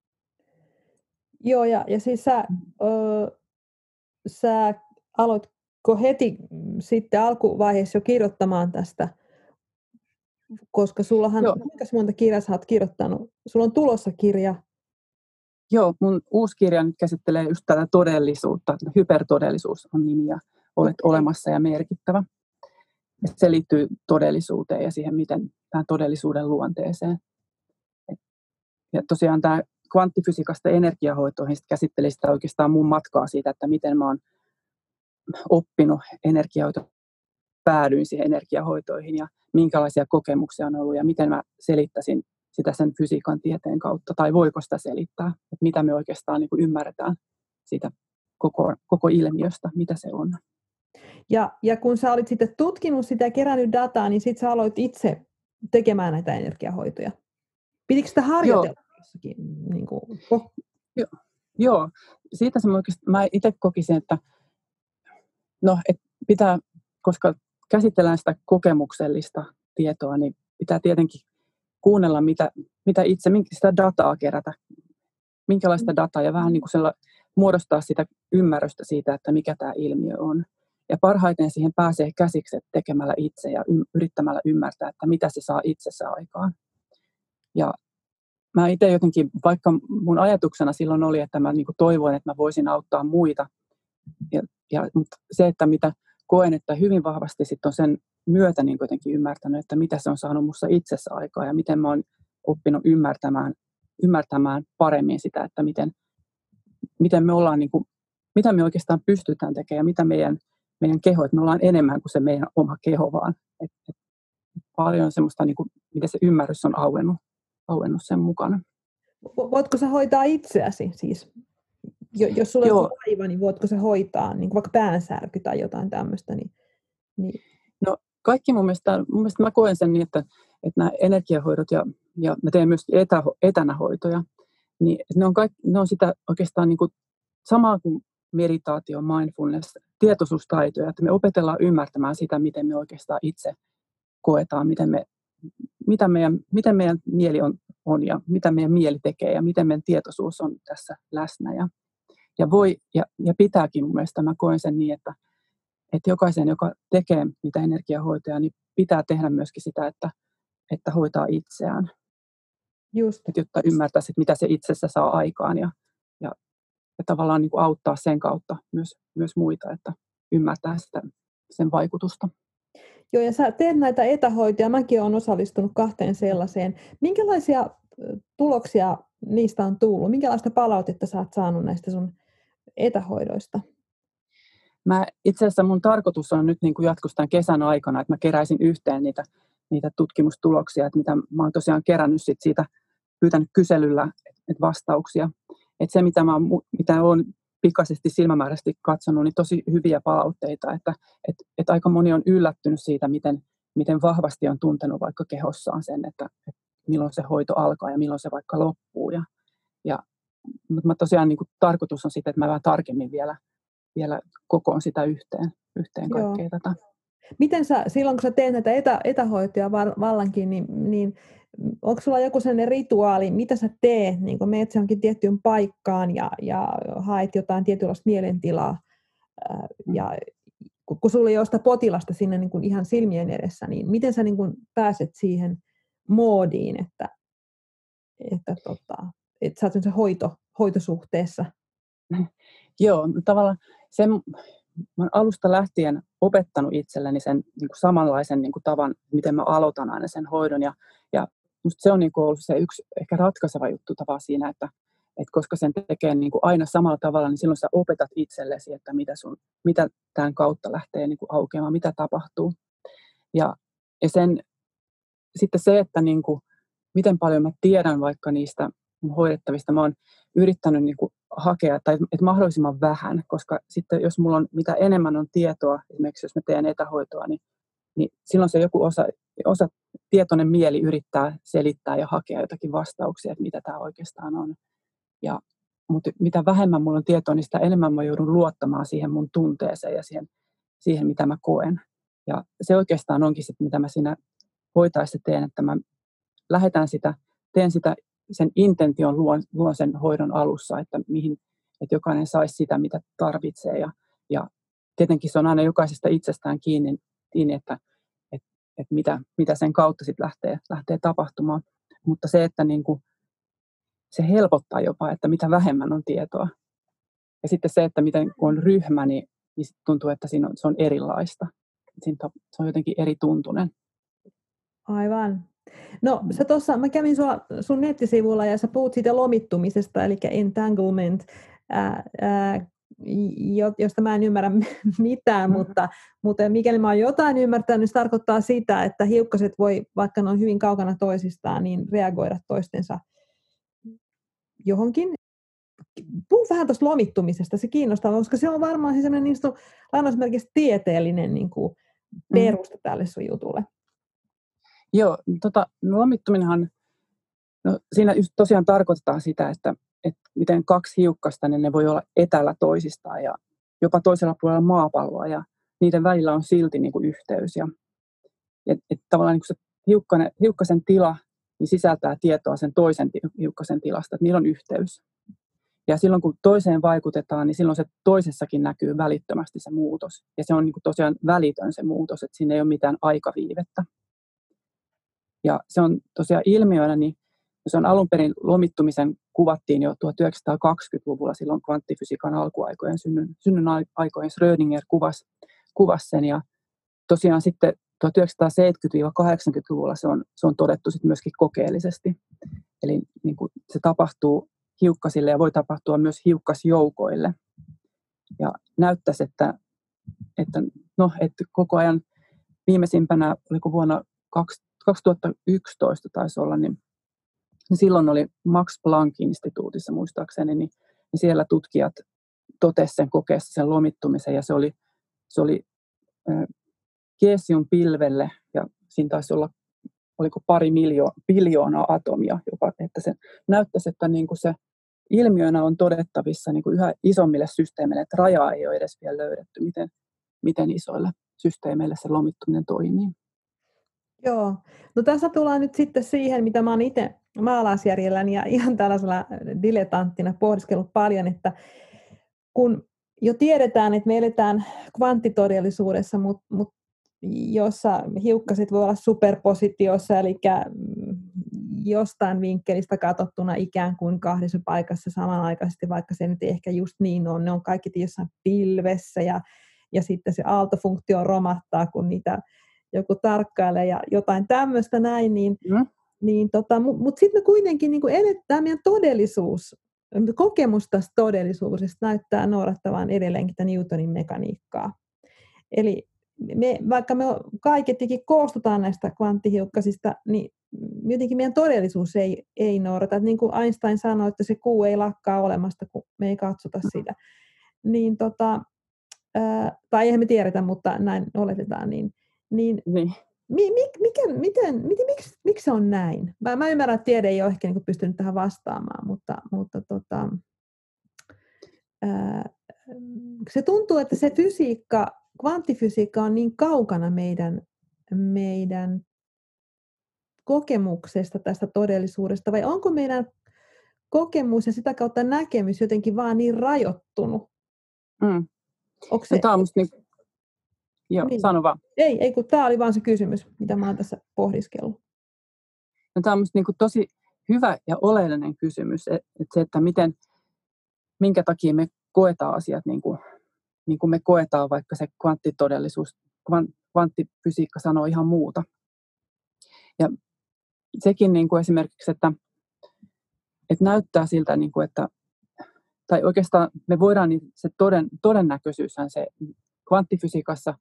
Joo, ja, ja siis sä, ö, sä aloitko heti sitten alkuvaiheessa jo kirjoittamaan tästä, koska sullahan, kuinka monta kirjaa sä oot kirjoittanut? Sulla on tulossa kirja. Joo, mun uusi kirja nyt käsittelee just tätä todellisuutta. Hypertodellisuus on nimi ja olet okay. olemassa ja merkittävä. Se liittyy todellisuuteen ja siihen, miten tähän todellisuuden luonteeseen. Ja tosiaan tämä kvanttifysiikasta energiahoitoihin käsittelee sitä oikeastaan mun matkaa siitä, että miten mä oon oppinut energiahoitoa, päädyin siihen energiahoitoihin ja minkälaisia kokemuksia on ollut ja miten mä selittäisin sitä sen fysiikan tieteen kautta, tai voiko sitä selittää, että mitä me oikeastaan niin kuin ymmärretään siitä koko, koko ilmiöstä, mitä se on. Ja, ja kun sä olit sitten tutkinut sitä ja kerännyt dataa, niin sitten sä aloit itse tekemään näitä energiahoitoja. Pitikö sitä harjoitella jossakin? Niin kuin, oh. Joo, joo, siitä se mä, mä itse kokisin, että no, et pitää, koska käsitellään sitä kokemuksellista tietoa, niin pitää tietenkin kuunnella, mitä, mitä itse, sitä dataa kerätä, minkälaista dataa ja vähän niin kuin sella, muodostaa sitä ymmärrystä siitä, että mikä tämä ilmiö on. Ja parhaiten siihen pääsee käsiksi tekemällä itse ja y- yrittämällä ymmärtää, että mitä se saa itsessä aikaan. Ja mä itse jotenkin, vaikka mun ajatuksena silloin oli, että mä niin kuin toivoin, että mä voisin auttaa muita, ja, ja, mutta se, että mitä koen, että hyvin vahvasti sit on sen myötä niin jotenkin ymmärtänyt, että mitä se on saanut musta itsessä aikaa ja miten mä oon oppinut ymmärtämään, ymmärtämään paremmin sitä, että miten, miten me ollaan, niin kuin, mitä me oikeastaan pystytään tekemään ja mitä meidän, meidän keho, että me ollaan enemmän kuin se meidän oma keho vaan. Et, et paljon semmoista, niin kuin, miten se ymmärrys on auennut, auennut sen mukana. Voitko sä hoitaa itseäsi siis? Jos sulla on vaiva, niin voitko sä hoitaa, niin kuin vaikka päänsärky tai jotain tämmöistä? Niin, niin. No kaikki mun mielestä, mun mielestä mä koen sen niin, että, että nämä energiahoidot ja, ja mä teen myös etä, etänä hoitoja, niin ne on, kaikki, ne on sitä oikeastaan niin kuin samaa kuin meditaatio, mindfulness, tietoisuustaitoja, että me opetellaan ymmärtämään sitä, miten me oikeastaan itse koetaan, miten, me, mitä meidän, miten meidän mieli on, on ja mitä meidän mieli tekee ja miten meidän tietoisuus on tässä läsnä. Ja, ja voi ja, ja pitääkin mun mielestä, mä koen sen niin, että, että jokaisen, joka tekee niitä energiahoitoja, niin pitää tehdä myöskin sitä, että, että hoitaa itseään. Just. Että jotta ymmärtäisi, mitä se itsessä saa aikaan ja, ja, ja tavallaan niin kuin auttaa sen kautta myös, myös muita, että ymmärtää sitä, sen vaikutusta. Joo, ja sä teet näitä etähoitoja. Mäkin olen osallistunut kahteen sellaiseen. Minkälaisia tuloksia niistä on tullut? Minkälaista palautetta sä oot saanut näistä sun etähoidoista? Mä, itse asiassa mun tarkoitus on nyt niin kuin jatkossa tämän kesän aikana, että mä keräisin yhteen niitä, niitä tutkimustuloksia, että mitä mä oon tosiaan kerännyt sit siitä, pyytänyt kyselyllä että vastauksia. Että se, mitä mä mitä oon pikaisesti silmämääräisesti katsonut, niin tosi hyviä palautteita, että et, et aika moni on yllättynyt siitä, miten, miten vahvasti on tuntenut vaikka kehossaan sen, että, että milloin se hoito alkaa ja milloin se vaikka loppuu. Ja, ja, mutta mä tosiaan niin kuin, tarkoitus on sitten, että mä vähän tarkemmin vielä, vielä kokoon sitä yhteen, yhteen kaikkea tätä. Miten sä, silloin kun sä teet näitä etä, etähoitoja vallankin, niin, niin onko sulla joku sellainen rituaali, mitä sä teet, niin kun menet johonkin tiettyyn paikkaan ja, ja haet jotain tietynlaista mielentilaa, ää, ja kun, kun sulla ei ole sitä potilasta sinne niin kun ihan silmien edessä, niin miten sä niin kun pääset siihen moodiin, että, että, tota, että sä oot se hoito, hoitosuhteessa? Joo, tavallaan sen, mä olen alusta lähtien opettanut itselleni sen niin kuin samanlaisen niin kuin tavan, miten mä aloitan aina sen hoidon. Ja, ja musta se on niin kuin ollut se yksi ehkä ratkaiseva juttu tava siinä, että, että koska sen tekee niin kuin aina samalla tavalla, niin silloin sä opetat itsellesi, että mitä, sun, mitä tämän kautta lähtee niin kuin aukeamaan, mitä tapahtuu. Ja, ja sen, sitten se, että niin kuin, miten paljon mä tiedän vaikka niistä hoidettavista, mä oon yrittänyt niin kuin hakea, tai että mahdollisimman vähän, koska sitten jos mulla on mitä enemmän on tietoa, esimerkiksi jos mä teen etähoitoa, niin, niin silloin se joku osa, osa tietoinen mieli yrittää selittää ja hakea jotakin vastauksia, että mitä tämä oikeastaan on. Ja, mutta mitä vähemmän mulla on tietoa, niin sitä enemmän mä joudun luottamaan siihen mun tunteeseen ja siihen, siihen mitä mä koen. Ja se oikeastaan onkin se, mitä mä siinä hoitaessa teen, että mä lähetän sitä, teen sitä sen intention luon, luon sen hoidon alussa, että, mihin, että jokainen saisi sitä, mitä tarvitsee. Ja, ja tietenkin se on aina jokaisesta itsestään kiinni, kiinni että, että, että mitä, mitä sen kautta sitten lähtee, lähtee tapahtumaan. Mutta se, että niin kuin, se helpottaa jopa, että mitä vähemmän on tietoa. Ja sitten se, että miten, kun on ryhmä, niin, niin tuntuu, että siinä on, se on erilaista. Siinä se on jotenkin eri tuntunen. Aivan. No, sä tossa, mä kävin sua, sun nettisivulla ja sä puhut siitä lomittumisesta, eli entanglement, ää, ää, josta mä en ymmärrä mitään, mm. mutta, mutta mikäli mä oon jotain ymmärtänyt, niin se tarkoittaa sitä, että hiukkaset voi, vaikka ne on hyvin kaukana toisistaan, niin reagoida toistensa johonkin. Puhu vähän tuosta lomittumisesta, se kiinnostaa, koska se on varmaan siis sellainen niin lainausmerkiksi tieteellinen niin kuin perusta mm. tälle sun jutulle. Joo, tota, no lomittuminenhan, no siinä just tosiaan tarkoittaa sitä, että, että miten kaksi hiukkasta, niin ne voi olla etäällä toisistaan ja jopa toisella puolella maapalloa ja niiden välillä on silti niin kuin yhteys. Ja, et, et tavallaan niin kuin se hiukkanen, hiukkasen tila niin sisältää tietoa sen toisen hiukkasen tilasta, että niillä on yhteys. Ja silloin kun toiseen vaikutetaan, niin silloin se toisessakin näkyy välittömästi se muutos. Ja se on niin kuin tosiaan välitön se muutos, että siinä ei ole mitään aikaviivettä. Ja se on tosiaan ilmiönä, niin se on alun perin lomittumisen kuvattiin jo tuhatyhdeksänsataakaksikymmentäluvulla silloin kvanttifysiikan alkuaikojen synnyn, synnyn aikojen Schrödinger kuvasi, kuvasi sen. Ja tosiaan sitten tuhatyhdeksänsataaseitsemänkymmentä–kahdeksankymmentäluvulla se on, se on todettu sitten myöskin kokeellisesti. Eli niin kuin se tapahtuu hiukkasille ja voi tapahtua myös hiukkasjoukoille. Ja näyttäisi, että, että, no, että koko ajan viimeisimpänä, oliko vuonna kaksituhattayksitoista taisi olla, niin, niin silloin oli Max Planck-instituutissa muistaakseni, niin, niin siellä tutkijat totesivat sen kokeessa sen lomittumisen, ja se oli, se oli äh, Cesium pilvelle, ja siinä taisi olla, oliko pari miljo, biljoonaa atomia jopa, että se näyttäisi, että niin kuin se ilmiönä on todettavissa niin kuin yhä isommille systeemeille, että rajaa ei ole edes vielä löydetty, miten, miten isoille systeemeille se lomittuminen toimii. Joo. No tässä tullaan nyt sitten siihen, mitä mä oon itse maalaisjärjelläni ja ihan tällaisella dilettanttina pohdiskellut paljon, että kun jo tiedetään, että me eletään kvanttitodellisuudessa, mutta mut, jossa hiukkaset voi olla superpositiossa, eli jostain vinkkelistä katsottuna ikään kuin kahdessa paikassa samanaikaisesti, vaikka se nyt ei ehkä just niin on. Ne on kaikki jossain pilvessä ja, ja sitten se aaltofunktio romahtaa, kun niitä joku tarkkailee ja jotain tämmöistä näin. Niin, mm. niin tota, mutta sitten me kuitenkin niin eletään meidän todellisuus, kokemus tästä todellisuudesta näyttää noudattavan edelleenkin tämän Newtonin mekaniikkaa. Eli me, vaikka me kaiketikin koostutaan näistä kvanttihiukkasista, niin jotenkin meidän todellisuus ei, ei noudata. Niin kuin Einstein sanoi, että se kuu ei lakkaa olemasta, kun me ei katsota sitä. Niin tota, ää, tai eihän me tiedetä, mutta näin oletetaan. Niin, niin, niin. Mi, mi, mikä, miten, miten, miksi, miksi se on näin? Mä, mä ymmärrän, että tiede ei ole ehkä niin pystynyt tähän vastaamaan, mutta, mutta tota, ää, se tuntuu, että se fysiikka, kvanttifysiikka on niin kaukana meidän, meidän kokemuksesta tästä todellisuudesta, vai onko meidän kokemus ja sitä kautta näkemys jotenkin vaan niin rajoittunut? Mm. Onko se... No, tämä on musta niin... Joo, niin. sano vaan. Ei, ei kun tämä oli vaan se kysymys, mitä mä oon tässä pohdiskellut. No, tämä on musta niin kuin tosi hyvä ja oleellinen kysymys, että se, että miten, minkä takia me koetaan asiat niin kuin, niin kuin me koetaan, vaikka se kvanttitodellisuus, kvanttifysiikka sanoo ihan muuta. Ja sekin niin kuin esimerkiksi, että, että näyttää siltä, niin kuin, että, tai oikeastaan me voidaan, niin se toden, todennäköisyyshän se kvanttifysiikassa,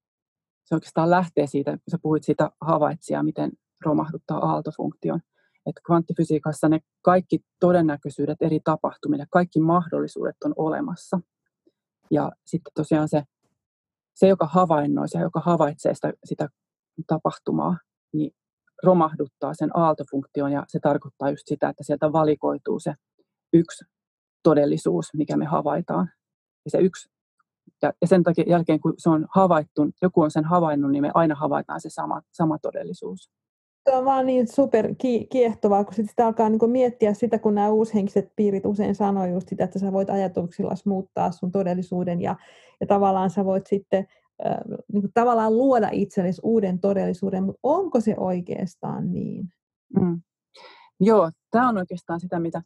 se oikeastaan lähtee siitä, kun sä puhuit siitä havaitsijaa, miten romahduttaa aaltofunktion. Että kvanttifysiikassa ne kaikki todennäköisyydet eri tapahtumille, kaikki mahdollisuudet on olemassa. Ja sitten tosiaan se, se joka havainnoi, se joka havaitsee sitä, sitä tapahtumaa, niin romahduttaa sen aaltofunktion, ja se tarkoittaa just sitä, että sieltä valikoituu se yksi todellisuus, mikä me havaitaan. Ja se yksi, ja, ja sen takia jälkeen, kun se on havaittu, joku on sen havainnut, niin me aina havaitaan se sama, sama todellisuus. Se on vaan niin super kiehtovaa, kun sitä alkaa niin kuin miettiä sitä, kun nämä uushenkiset piirit usein sanoo just sitä, että sä voit ajatuksilla muuttaa sun todellisuuden, ja, ja tavallaan sä voit sitten äh, niin kuin tavallaan luoda itsellesi uuden todellisuuden, mutta onko se oikeastaan niin? Mm. Joo, tämä on oikeastaan sitä, mitä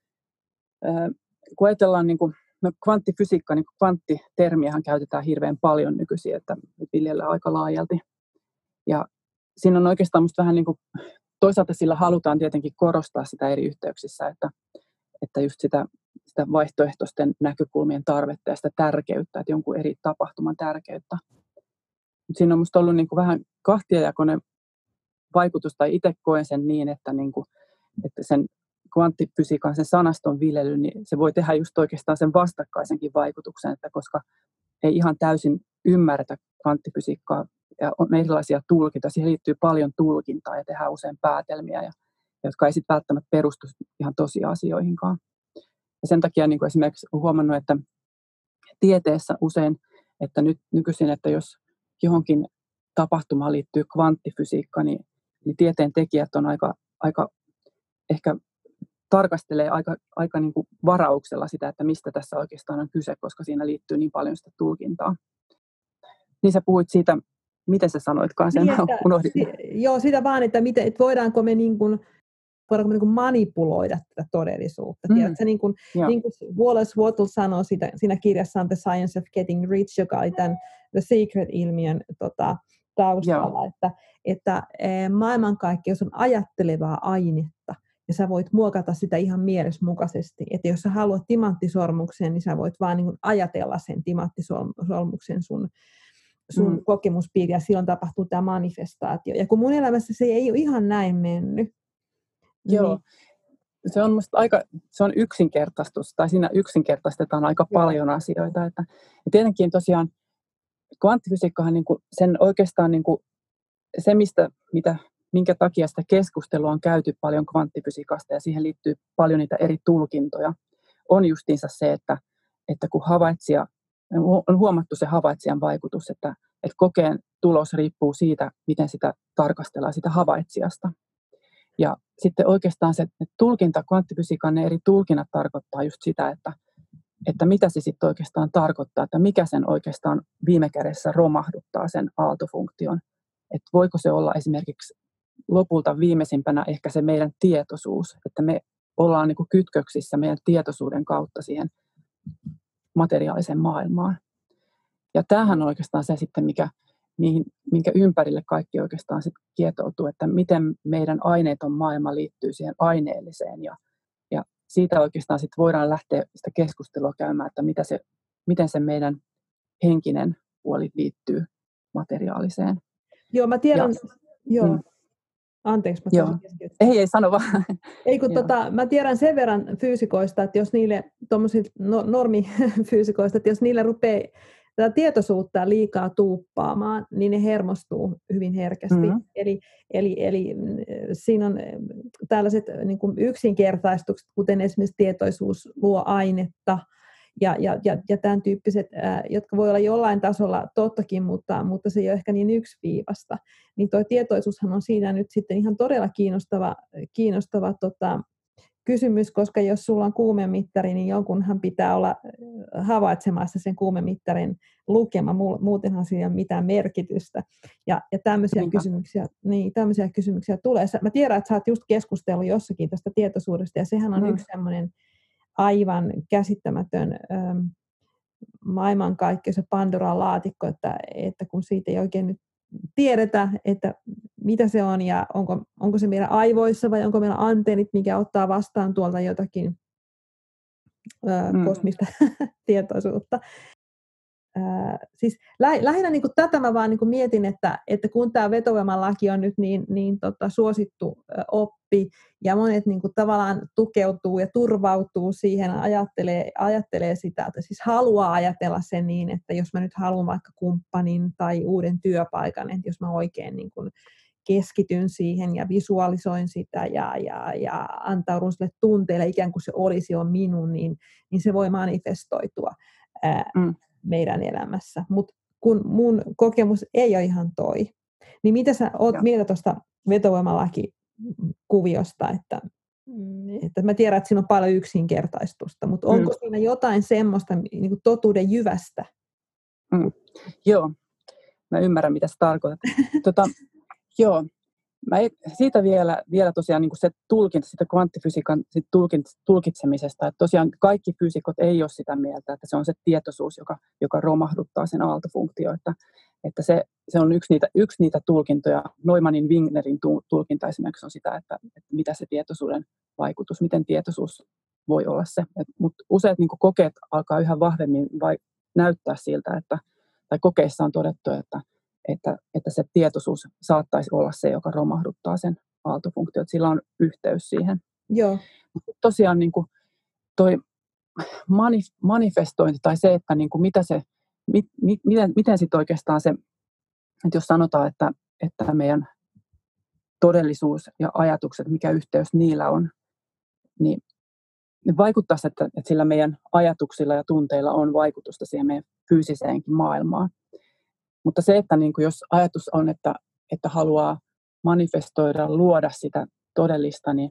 äh, kun ajatellaan niin kuin, no, kvanttifysiikka, niin kvanttitermiähän käytetään hirveän paljon nykyisin, että viljellään aika laajalti. Ja siinä on oikeastaan musta vähän niin kuin, toisaalta sillä halutaan tietenkin korostaa sitä eri yhteyksissä, että, että just sitä, sitä vaihtoehtoisten näkökulmien tarvetta ja sitä tärkeyttä, että jonkun eri tapahtuman tärkeyttä. Mutta siinä on musta ollut niin kuin vähän kahtiajakoinen vaikutus, tai itse koen sen niin, että, niin kuin, että sen kvanttifysiikan, sen sanaston viljely, niin se voi tehdä just oikeastaan sen vastakkaisenkin vaikutuksen, että koska ei ihan täysin ymmärretä kvanttifysiikkaa ja on erilaisia tulkintoja, siihen liittyy paljon tulkintaa ja tehdään usein päätelmiä, ja, jotka ei sitten välttämättä perustu ihan tosiasioihinkaan. Ja sen takia niin kuin esimerkiksi olen huomannut, että tieteessä usein, että nyt nykyisin, että jos johonkin tapahtumaan liittyy kvanttifysiikka, niin, niin tieteen tekijät on aika aika ehkä tarkastelee aika, aika niin kuin varauksella sitä, että mistä tässä oikeastaan on kyse, koska siinä liittyy niin paljon sitä tulkintaa. Niin sä puhuit siitä, miten sä sanoitkaan sen, niin, että, unohdin. Si, joo, sitä vaan, että, miten, että voidaanko me, niin kuin, voidaanko me niin kuin manipuloida tätä todellisuutta. Mm. Tiedätkö, niin kuin, niin kuin Wallace Wattle sanoi siitä, siinä kirjassaan The Science of Getting Rich, joka oli tämän The Secret-ilmiön tota, taustalla, että, että maailmankaikkeus on ajattelevaa ainetta. Ja sä voit muokata sitä ihan mielesmukaisesti. Että jos sä haluat timanttisormuksen, niin sä voit vaan niin kuin ajatella sen timanttisormuksen sun, sun mm. kokemuspiiri, ja silloin tapahtuu tämä manifestaatio. Ja kun mun elämässä se ei ole ihan näin mennyt. Joo. Niin, se on musta aika, se on yksinkertaistus, tai siinä yksinkertaistetaan aika Joo. paljon asioita. Että, ja tietenkin tosiaan kvanttifysiikkahan niin kuin, sen oikeastaan niin kuin, se, mistä, mitä, minkä takia sitä keskustelua on käyty paljon kvanttifysiikasta, ja siihen liittyy paljon niitä eri tulkintoja, on justiinsa se, että, että kun havaitsija, on huomattu se havaitsijan vaikutus, että, että kokeen tulos riippuu siitä, miten sitä tarkastellaan, sitä havaitsijasta. Ja sitten oikeastaan se tulkinta, kvanttifysiikan ne eri tulkinnat tarkoittaa just sitä, että, että mitä se sitten oikeastaan tarkoittaa, että mikä sen oikeastaan viime kädessä romahduttaa sen aaltofunktion. Että voiko se olla esimerkiksi lopulta viimeisimpänä ehkä se meidän tietoisuus, että me ollaan niin kuin kytköksissä meidän tietoisuuden kautta siihen materiaaliseen maailmaan. Ja tämähän on oikeastaan se sitten, mikä, minkä ympärille kaikki oikeastaan sitten kietoutuu, että miten meidän aineeton maailma liittyy siihen aineelliseen. Ja, ja siitä oikeastaan sitten voidaan lähteä sitä keskustelua käymään, että mitä se, miten se meidän henkinen puoli liittyy materiaaliseen. Joo, mä tiedän, ja, joo. Mm. Anteeksi, mä Joo. Ei, ei sano vaan. Ei, kun tota, mä tiedän sen verran fyysikoista, että jos niille, tuommoisilta no, normifyysikoista, että jos niille rupeaa tätä tietoisuutta liikaa tuuppaamaan, niin ne hermostuu hyvin herkästi. Mm-hmm. Eli, eli, eli siinä on tällaiset niin kuin yksinkertaistukset, kuten esimerkiksi tietoisuus luo ainetta, Ja, ja, ja, ja tämän tyyppiset, ää, jotka voi olla jollain tasolla tottakin, mutta, mutta se ei ole ehkä niin yksiviivasta. Niin tuo tietoisuushan on siinä nyt sitten ihan todella kiinnostava, kiinnostava tota, kysymys, koska jos sulla on kuumemittari, niin jonkunhan pitää olla havaitsemassa sen kuumemittarin lukema, muutenhan siinä ei ole mitään merkitystä. Ja, ja tämmöisiä, kysymyksiä, niin, tämmöisiä kysymyksiä tulee. Mä tiedän, että sä oot just keskustellut jossakin tästä tietoisuudesta, ja sehän on mm. yksi semmoinen aivan käsittämätön ähm, maailmankaikkeus ja Pandoran laatikko, että, että kun siitä ei oikein nyt tiedetä, että mitä se on ja onko, onko se meidän aivoissa vai onko meillä antennit, mikä ottaa vastaan tuolta jotakin äh, mm. kosmista tietoisuutta. Äh, siis lä, lähinnä niin kuin tätä mä vaan niin kuin mietin, että, että kun tämä vetovoimalaki on nyt niin, niin tota, suosittu äh, oppi ja monet niin kuin tavallaan tukeutuu ja turvautuu siihen, ajattelee, ajattelee sitä, että siis haluaa ajatella sen niin, että jos mä nyt haluan vaikka kumppanin tai uuden työpaikan, että jos mä oikein niin kuin keskityn siihen ja visualisoin sitä ja, ja, ja antaudun sille tunteelle ikään kuin se olisi jo minun, niin, niin se voi manifestoitua ää, mm. meidän elämässä. Mutta kun mun kokemus ei ole ihan toi, niin mitä sä oot mieltä tuosta vetovoimalaki-kuviosta, että, että mä tiedän, että siinä on paljon yksinkertaistusta, mutta onko mm. siinä jotain semmoista niin kuin totuuden jyvästä? Mm. Joo, mä ymmärrän, mitä sä tarkoitat. tota, joo, mä ei, siitä vielä, vielä tosiaan niin kuin se tulkinta, sitä kvanttifysiikan sit tulkitsemisesta, että tosiaan kaikki fyysikot ei ole sitä mieltä, että se on se tietoisuus, joka, joka romahduttaa sen aaltofunktio, että, että se, se on yksi niitä, yksi niitä tulkintoja. Neumannin Wignerin tulkinta esimerkiksi on sitä, että, että mitä se tietoisuuden vaikutus, miten tietoisuus voi olla se. Mutta useat niin kuin kokeet alkaa yhä vahvemmin vai, näyttää siltä, että, tai kokeissa on todettu, että Että, että se tietoisuus saattaisi olla se, joka romahduttaa sen aaltofunktion, että sillä on yhteys siihen. Joo. Tosiaan niin kuin toi manif- manifestointi tai se, että niin kuin mitä se, mit, mit, miten, miten sitten oikeastaan se, että jos sanotaan, että, että meidän todellisuus ja ajatukset, mikä yhteys niillä on, niin vaikuttaisi, että, että sillä meidän ajatuksilla ja tunteilla on vaikutusta siihen meidän fyysiseenkin maailmaan. Mutta se, että niin kuin jos ajatus on, että, että haluaa manifestoida, luoda sitä todellista, niin,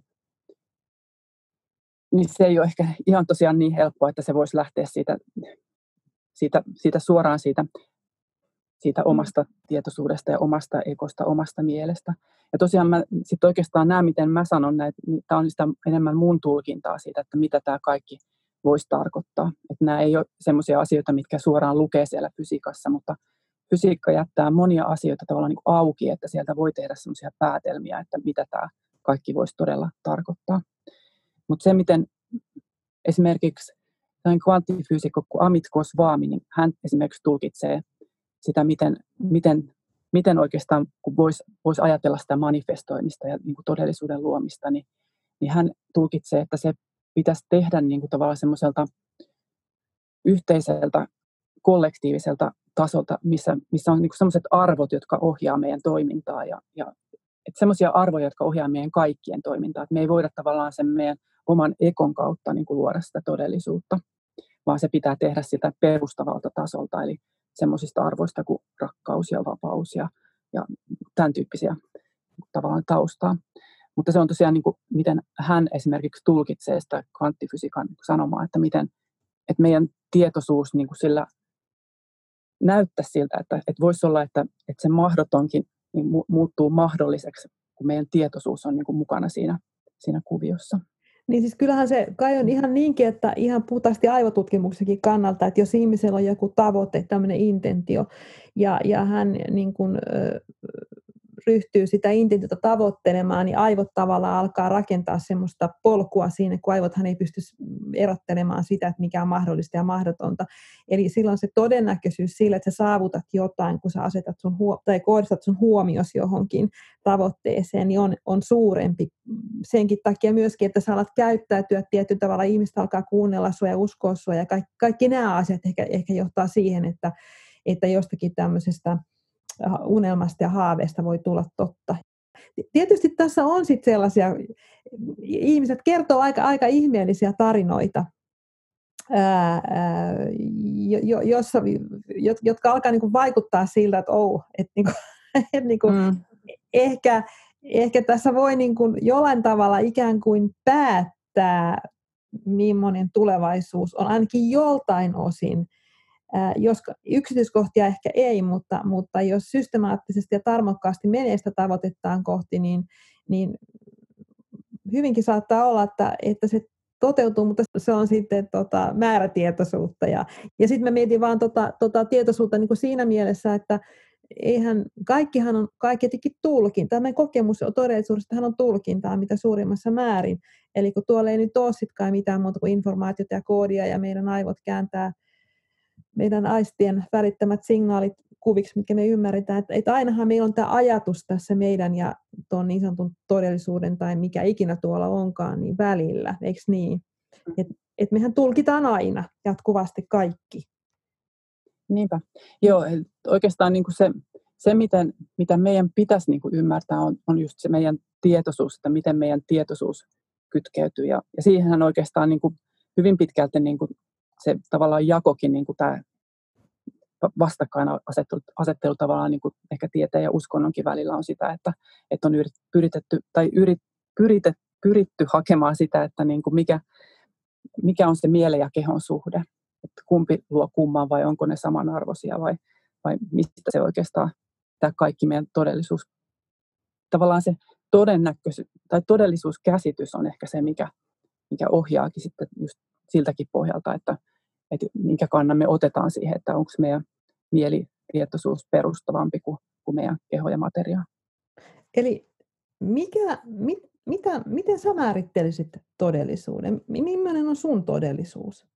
niin se ei ole ehkä ihan tosiaan niin helppoa, että se voisi lähteä siitä, siitä, siitä suoraan siitä, siitä omasta tietoisuudesta ja omasta ekosta, omasta mielestä. Ja tosiaan mä sit oikeastaan nämä, miten mä sanon näitä, niin tämä on sitä enemmän mun tulkintaa siitä, että mitä tämä kaikki voisi tarkoittaa. Että nämä ei ole semmoisia asioita, mitkä suoraan lukee siellä fysiikassa, mutta fysiikka jättää monia asioita tavallaan niin kuin auki, että sieltä voi tehdä semmoisia päätelmiä, että mitä tämä kaikki voisi todella tarkoittaa. Mutta se, miten esimerkiksi kvanttifyysikko kuin Amit Goswami, niin hän esimerkiksi tulkitsee sitä, miten, miten, miten oikeastaan, kun voisi vois ajatella sitä manifestoimista ja niin kuin todellisuuden luomista, niin, niin hän tulkitsee, että se pitäisi tehdä niin kuin tavallaan semmoiselta yhteiseltä, kollektiiviselta tasolta, missä, missä on niin kuin sellaiset arvot, jotka ohjaa meidän toimintaa ja, ja että semmoisia arvoja, jotka ohjaa meidän kaikkien toimintaa. Että me ei voida tavallaan sen meidän oman ekon kautta niin kuin luoda sitä todellisuutta, vaan se pitää tehdä sitä perustavalta tasolta, eli semmoisista arvoista kuin rakkaus ja vapaus ja, ja tämän tyyppisiä tavallaan taustaa. Mutta se on tosiaan, niin kuin, miten hän esimerkiksi tulkitsee sitä kvanttifysiikan sanomaa, että miten että meidän tietoisuus niin kuin sillä näyttää siltä, että, että voisi olla, että, että se mahdotonkin niin muuttuu mahdolliseksi, kun meidän tietoisuus on niin kuin mukana siinä, siinä kuviossa. Niin siis kyllähän se kai on ihan niinkin, että ihan puhtaasti aivotutkimuksenkin kannalta, että jos ihmisellä on joku tavoite, tämmöinen intentio, ja, ja hän niin kuin, ö, ryhtyy sitä intentiota tavoittelemaan, niin aivot tavallaan alkaa rakentaa semmoista polkua siinä, kun aivothan ei pysty erottelemaan sitä, että mikä on mahdollista ja mahdotonta. Eli silloin se todennäköisyys sillä, että sä saavutat jotain, kun sä asetat sun huo- tai kohdistat sun huomiosi johonkin tavoitteeseen, niin on, on suurempi. Senkin takia myöskin, että sä alat käyttäytyä tietyllä tavalla, ihmistä alkaa kuunnella sua ja uskoa sua, ja kaikki, kaikki nämä asiat ehkä, ehkä johtaa siihen, että, että jostakin tämmöisestä unelmasta ja haaveesta voi tulla totta. Tietysti tässä on sitten sellaisia, ihmiset kertoo aika, aika ihmeellisiä tarinoita, ää, ää, jo, jossa, jotka alkaa niinku vaikuttaa siltä, että oh, et niinku, et niinku, mm. ehkä, ehkä tässä voi niinku jollain tavalla ikään kuin päättää, millainen tulevaisuus on ainakin joltain osin. Jos yksityiskohtia ehkä ei, mutta, mutta jos systemaattisesti ja tarmokkaasti menee sitä tavoitettaan kohti, niin, niin hyvinkin saattaa olla, että, että se toteutuu, mutta se on sitten tota, määrätietoisuutta. Ja, ja sitten mä mietin vaan tota, tota tietoisuutta niin kuin siinä mielessä, että eihän, kaikkihan on kaikki jotenkin tulkinta. Tämä kokemus todellisuudestahan on tulkintaa mitä suurimmassa määrin. Eli kun tuolla ei nyt ole sitkaan mitään muuta kuin informaatiota ja koodia ja meidän aivot kääntää meidän aistien välittämät signaalit kuviksi, mitkä me ymmärretään, että, että ainahan meillä on tämä ajatus tässä meidän ja tuon niin sanotun todellisuuden tai mikä ikinä tuolla onkaan, niin välillä, eikö niin? Että et mehän tulkitaan aina jatkuvasti kaikki. Niinpä. Joo, oikeastaan niin kuin se, se miten, mitä meidän pitäisi niin kuin ymmärtää, on, on just se meidän tietoisuus, että miten meidän tietoisuus kytkeytyy. Ja, ja siihenhän oikeastaan niin kuin hyvin pitkälti niin kuin se tavallaan jakokin, niin kuin tämä vastakkainasettelu asettelu tavallaan niin kuin ehkä tieteen ja uskonnonkin välillä on sitä, että, että on yritetty, tai yrit, pyritet, pyritty hakemaan sitä, että niin kuin mikä, mikä on se mielen ja kehon suhde. Että kumpi luo kumman vai onko ne samanarvoisia vai, vai mistä se oikeastaan tämä kaikki meidän todellisuus. Tavallaan se todennäköisyys tai todellisuuskäsitys on ehkä se, mikä, mikä ohjaakin sitten just siltäkin pohjalta, että, että minkä kannan me otetaan siihen, että onko meidän mielitietoisuus perustavampi kuin, kuin meidän keho ja materia. Eli mikä, mit, mitä, miten sä määrittelisit todellisuuden? Millainen on sun todellisuus?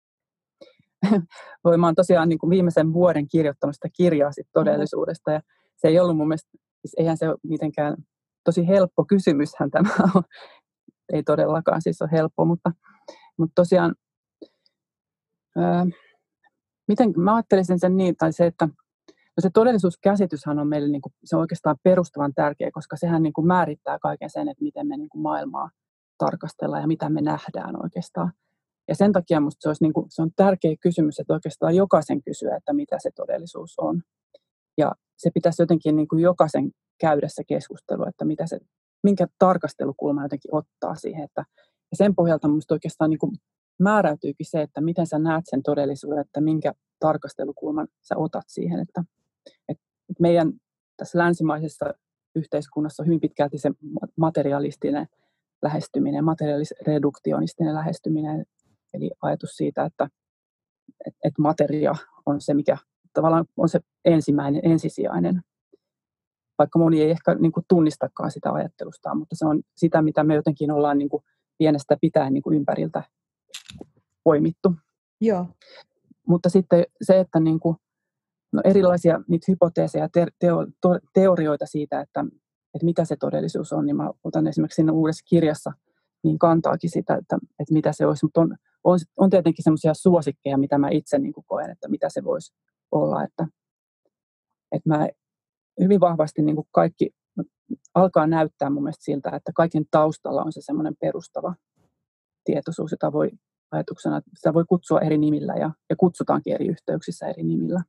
Voi, mä oon tosiaan niin kuin viimeisen vuoden kirjoittanut sitä kirjaa sit todellisuudesta, ja se ei ollut mun mielestä, siis eihän se ole mitenkään tosi helppo kysymyshän tämä on. Ei todellakaan siis ole helppo, mutta, mutta tosiaan ää, miten mä ajattelisin sen niin, tai se, että no se todellisuuskäsityshän on meille niin kuin, se on oikeastaan perustavan tärkeä, koska sehän niin kuin määrittää kaiken sen, että miten me niin kuin maailmaa tarkastellaan ja mitä me nähdään oikeastaan. Ja sen takia musta se, olisi niin kuin, se on tärkeä kysymys, että oikeastaan jokaisen kysyä, että mitä se todellisuus on. Ja se pitäisi jotenkin niin kuin jokaisen käydä se keskustelu, että mitä se minkä tarkastelukulma jotenkin ottaa siihen. Että, ja sen pohjalta minusta oikeastaan niin kuin määräytyykin se, että miten sä näet sen todellisuuden, että minkä tarkastelukulman sä otat siihen. Että, että meidän tässä länsimaisessa yhteiskunnassa on hyvin pitkälti se materialistinen lähestyminen, materiaalisreduktionistinen lähestyminen, eli ajatus siitä, että, että, että materia on se, mikä tavallaan on se ensimmäinen, ensisijainen. Vaikka moni ei ehkä niin kuin tunnistakaan sitä ajattelustaan, mutta se on sitä, mitä me jotenkin ollaan niin kuin pienestä pitäen niin kuin ympäriltä poimittu. Joo. Mutta sitten se, että niin kuin, no erilaisia niitä hypoteeseja, te, teo, to, teorioita siitä, että, että mitä se todellisuus on, niin mä otan esimerkiksi siinä uudessa kirjassa niin kantaakin sitä, että, että mitä se olisi, mutta on, on, on tietenkin semmoisia suosikkeja, mitä mä itse niin kuin koen, että mitä se voisi olla, että, että mä hyvin vahvasti niin kuin kaikki alkaa näyttää mun mielestä siltä, että kaiken taustalla on se semmoinen perustava tietoisuus, jota voi ajatuksena, että sitä voi kutsua eri nimillä ja, ja kutsutaankin eri yhteyksissä eri nimillä.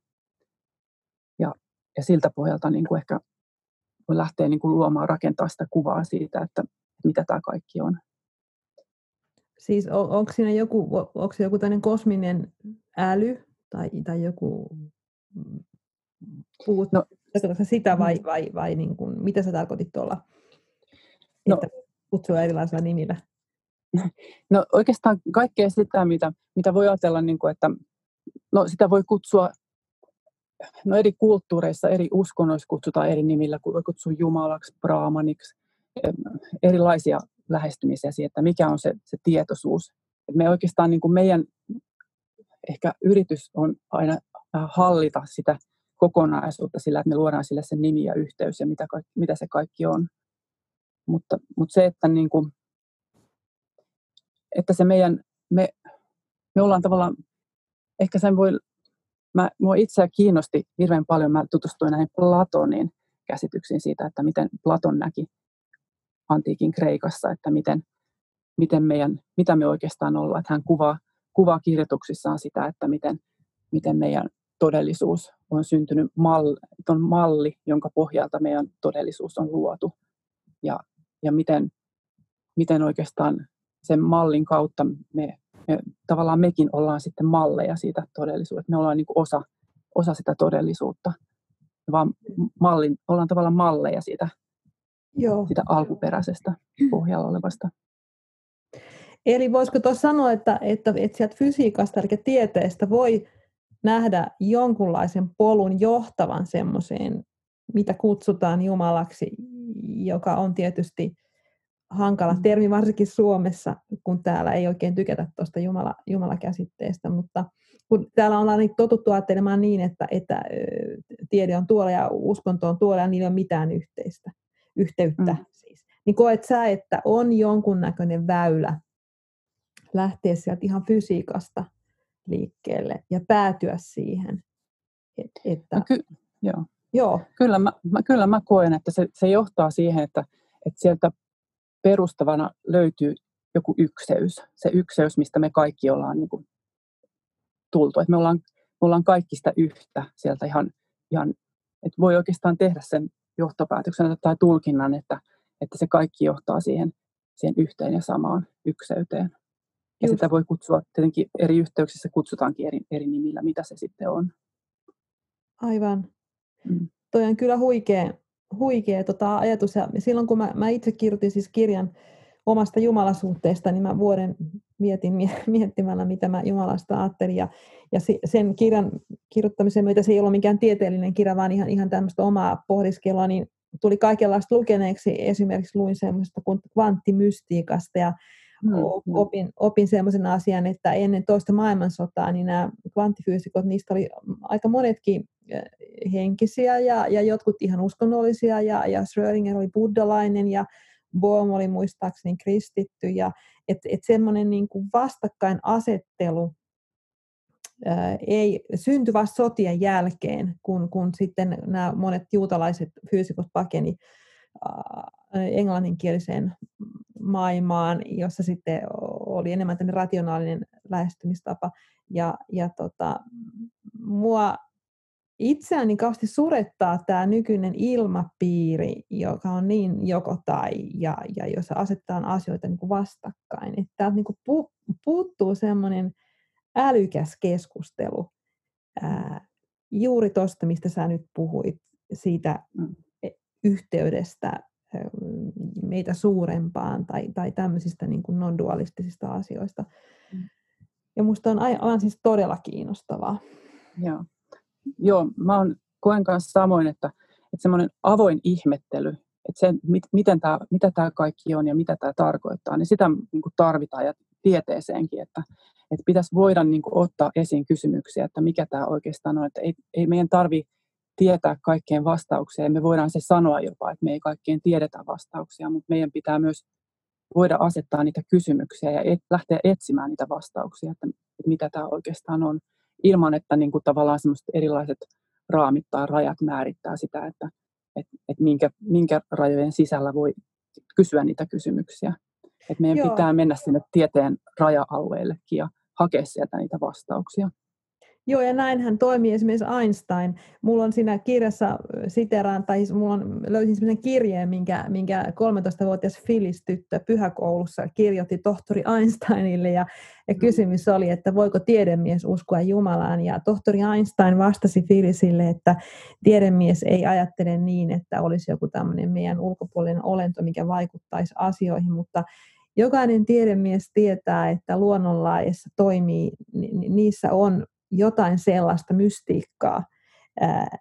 Ja, ja siltä pohjalta niin kuin ehkä voi lähteä niin kuin luomaan, rakentaa sitä kuvaa siitä, että mitä tämä kaikki on. Siis on, onko siinä joku, onko se joku tämmöinen kosminen äly tai, tai joku, puhut, no, sitä vai, vai, vai niin kuin, mitä sä tarkoitit tuolla, että no, kutsua erilaisilla nimillä? No oikeastaan kaikkea sitä, mitä, mitä voi ajatella, niin kuin, että no, sitä voi kutsua, no eri kulttuureissa, eri uskonnoissa kutsutaan eri nimillä, voi kutsua jumalaksi, brahmaniksi, erilaisia lähestymisiä siihen, että mikä on se, se tietoisuus. Et me oikeastaan niin kuin meidän ehkä yritys on aina hallita sitä kokonaisuutta sillä, että me luodaan sille se nimi ja yhteys ja mitä, mitä se kaikki on. Mutta, mutta se, että, niin kuin, että se meidän, me, me ollaan tavallaan, ehkä sen voi, mä, mua itseä kiinnosti hirveän paljon, mä tutustuin näihin Platonin käsityksiin siitä, että miten Platon näki antiikin Kreikassa, että miten, miten meidän, mitä me oikeastaan ollaan. Että hän kuvaa, kuvaa kirjoituksissaan sitä, että miten, miten meidän todellisuus on syntynyt malli, on malli, jonka pohjalta meidän todellisuus on luotu. Ja, ja miten, miten oikeastaan sen mallin kautta me, me tavallaan mekin ollaan sitten malleja siitä todellisuudesta. Me ollaan niin kuin osa, osa sitä todellisuutta, vaan mallin, ollaan tavallaan malleja siitä, Joo. siitä alkuperäisestä pohjalla olevasta. Eli voisiko tuossa sanoa, että, että, että sieltä fysiikasta, eli tieteestä voi nähdä jonkunlaisen polun johtavan semmoiseen, mitä kutsutaan Jumalaksi, joka on tietysti hankala termi, varsinkin Suomessa, kun täällä ei oikein tykätä tuosta Jumala, Jumala-käsitteestä, mutta kun täällä ollaan niin totuttu ajattelemaan niin, että, että tiede on tuolla ja uskonto on tuolla ja niillä ei ole mitään yhteistä, yhteyttä. Mm. Siis. Niin koet sä, että on jonkunnäköinen väylä lähteä sieltä ihan fysiikasta liikkeelle ja päätyä siihen, että... No ky- joo. Joo. Kyllä, mä, mä, kyllä mä koen, että se, se johtaa siihen, että, että sieltä perustavana löytyy joku ykseys. Se ykseys, mistä me kaikki ollaan niin kuin tultu. Että me ollaan, me ollaan kaikki sitä yhtä sieltä ihan, ihan, että voi oikeastaan tehdä sen johtopäätöksen tai tulkinnan, että, että se kaikki johtaa siihen, siihen yhteen ja samaan ykseyteen. Ja Just. Sitä voi kutsua, tietenkin eri yhteyksissä kutsutaankin eri, eri nimillä, mitä se sitten on. Aivan. Mm. Toi on kyllä huikea, huikea tota ajatus. Ja silloin kun mä, mä itse kirjoitin siis kirjan omasta jumalasuhteesta, niin mä vuoden mietin miettimällä, mitä mä Jumalasta ajattelin. Ja, ja sen kirjan kirjoittamisen myötä se ei ollut mikään tieteellinen kirja, vaan ihan, ihan tämmöistä omaa pohdiskelua, niin tuli kaikenlaista lukeneeksi. Esimerkiksi luin semmoista kuin kvanttimystiikasta ja mm, opin, opin semmoisen asian, että ennen toista maailmansotaa niin nämä kvanttifyysikot, niistä oli aika monetkin henkisiä ja, ja jotkut ihan uskonnollisia ja, ja Schrödinger oli buddhalainen ja Bohm oli muistaakseni kristitty ja että et semmoinen niin kuin vastakkainasettelu ää, ei synty vasta sotien jälkeen, kun, kun sitten nämä monet juutalaiset fyysikot pakeni ää, englanninkieliseen maailmaan, jossa sitten oli enemmän tämmöinen rationaalinen lähestymistapa ja, ja tota, mua itseäni kauheasti surettaa tämä nykyinen ilmapiiri, joka on niin joko tai, ja, ja jossa asetetaan asioita niin kuin vastakkain. Että täältä niin kuin pu, puuttuu semmoinen älykäs keskustelu ää, juuri tuosta, mistä sä nyt puhuit, siitä Mm. yhteydestä ää, meitä suurempaan tai, tai tämmöisistä niin kuin non-dualistisista asioista. Mm. Ja musta on aivan siis todella kiinnostavaa. Joo. Joo, mä oon, koen kanssa samoin, että, että semmoinen avoin ihmettely, että se, mit, miten tää, mitä tämä kaikki on ja mitä tämä tarkoittaa, niin sitä niin kuin tarvitaan ja tieteeseenkin, että, että pitäisi voida niin kuin ottaa esiin kysymyksiä, että mikä tämä oikeastaan on, että ei, ei meidän tarvitse tietää kaikkeen vastauksia, ja me voidaan se sanoa jopa, että me ei kaikkeen tiedetä vastauksia, mutta meidän pitää myös voida asettaa niitä kysymyksiä ja et, lähteä etsimään niitä vastauksia, että, että mitä tämä oikeastaan on, ilman että niin kuin tavallaan semmoiset erilaiset raamit tai rajat määrittää sitä, että, että, että minkä, minkä rajojen sisällä voi kysyä niitä kysymyksiä. Että meidän Joo. pitää mennä sinne tieteen raja-alueellekin ja hakea sieltä niitä vastauksia. Joo, ja näinhän toimii esimerkiksi Einstein. Mulla on siinä kirjassa siteraan, tai mulla on, löysin sellaisen kirjeen, minkä, minkä kolmetoistavuotias Phyllis-tyttö pyhäkoulussa kirjoitti tohtori Einsteinille, ja, ja kysymys oli, että voiko tiedemies uskoa Jumalaan, ja tohtori Einstein vastasi Phyllisille, että tiedemies ei ajattele niin, että olisi joku tämmöinen meidän ulkopuolinen olento, mikä vaikuttaisi asioihin, mutta jokainen tiedemies tietää, että luonnonlaissa toimii, niissä on jotain sellaista mystiikkaa, ää,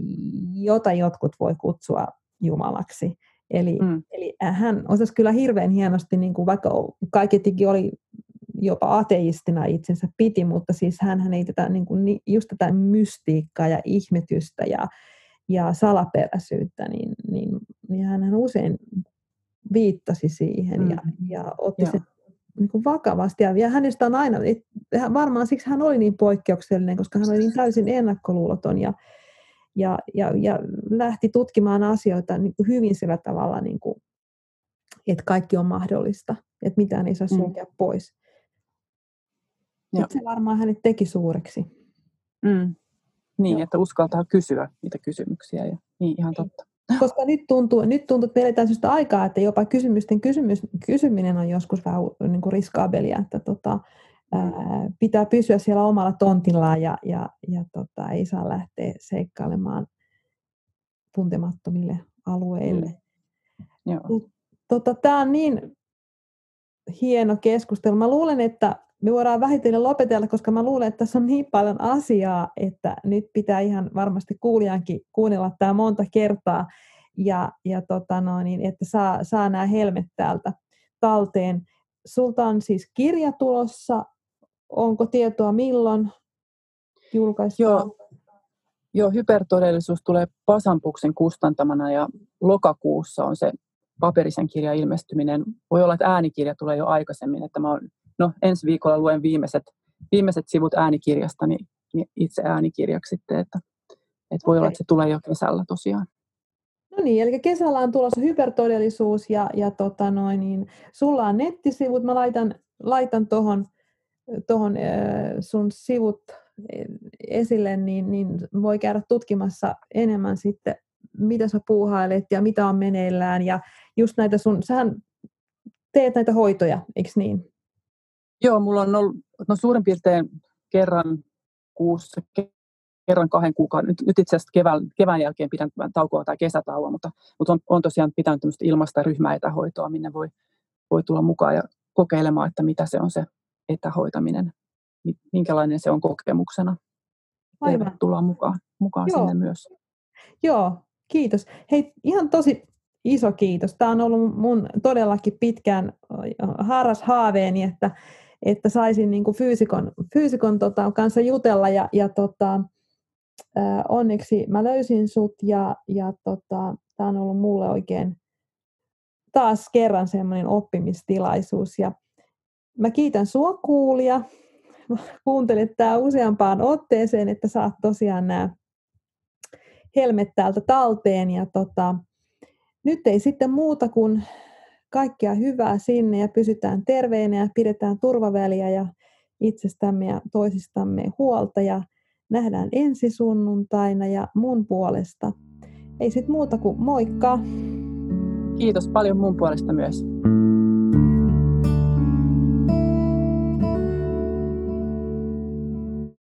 jota jotkut voi kutsua Jumalaksi. Eli, mm. eli hän osasi kyllä hirveän hienosti, niin kuin vaikka kaiketikin oli jopa ateistina itsensä piti, mutta siis hän ei tätä, niin kuin, just tätä mystiikkaa ja ihmetystä ja, ja salaperäisyyttä, niin, niin, niin hän usein viittasi siihen mm. ja, ja otti Joo. sen niin kuin vakavasti. Ja hänestä on aina, varmaan siksi hän oli niin poikkeuksellinen, koska hän oli niin täysin ennakkoluuloton ja, ja, ja, ja lähti tutkimaan asioita niin kuin hyvin sillä tavalla, niin kuin, että kaikki on mahdollista, että mitään ei saa sulkea mm. pois. Se varmaan hänet teki suureksi. Mm. Niin, Joo. että uskaltaa kysyä niitä kysymyksiä. Ja, niin, ihan totta. Koska nyt tuntuu, nyt tuntuu, että me eletään sellaista aikaa, että jopa kysymysten kysymys, kysyminen on joskus vähän niin kuin riskaabelia, että tota, ää, pitää pysyä siellä omalla tontillaan ja, ja, ja tota, ei saa lähteä seikkailemaan tuntemattomille alueille. Mm. Tota, tämä on niin hieno keskustelu. Mä luulen, että me voidaan vähitellen lopetella, koska mä luulen, että tässä on niin paljon asiaa, että nyt pitää ihan varmasti kuulijankin kuunnella tämä monta kertaa, ja, ja tota no, niin, että saa, saa nämä helmet täältä talteen. Sulta on siis kirja tulossa. Onko tietoa milloin julkaistaan? Joo, Joo hypertodellisuus tulee Pasanpuksen kustantamana, ja lokakuussa on se paperisen kirjan ilmestyminen. Voi olla, että äänikirja tulee jo aikaisemmin, että mä oon, no, ensi viikolla luen viimeiset, viimeiset sivut äänikirjasta niin, niin itse äänikirjaksi sitten, että, että voi okay. olla, että se tulee jo kesällä tosiaan. No niin, eli kesällä on tulossa hypertodellisuus ja, ja tota noin, niin sulla on nettisivut, mä laitan, laitan tuohon tohon, sun sivut esille, niin, niin voi käydä tutkimassa enemmän sitten, mitä sä puuhailet ja mitä on meneillään ja just näitä sun, sähän teet näitä hoitoja, eikö niin? Joo, mulla on ollut no suurin piirtein kerran kuussa, kerran kahden kuukauden, nyt, nyt itse asiassa kevään, kevään jälkeen pidän taukoa tai kesätauoa, mutta, mutta on, on tosiaan pitänyt tämmöistä ilmaista ryhmäetähoitoa, minne voi, voi tulla mukaan ja kokeilemaan, että mitä se on se etähoitaminen, minkälainen se on kokemuksena. Aivan. Tullaan mukaan, mukaan sinne myös. Joo, kiitos. Hei, ihan tosi iso kiitos. Tämä on ollut mun todellakin pitkään harras haaveeni, että, että saisin niin kuin fyysikon, fyysikon tota, kanssa jutella ja, ja tota, äh, onneksi mä löysin sut ja, ja tota, tämä on ollut mulle oikein taas kerran semmoinen oppimistilaisuus ja mä kiitän sua kuulija. Kuuntelet tää useampaan otteeseen, että saat tosiaan nämä helmet täältä talteen ja tota, nyt ei sitten muuta kuin kaikkea hyvää sinne ja pysytään terveinä ja pidetään turvaväliä ja itsestämme ja toisistamme huolta ja nähdään ensi sunnuntaina ja mun puolesta. Ei sit muuta kuin moikka! Kiitos paljon mun puolesta myös.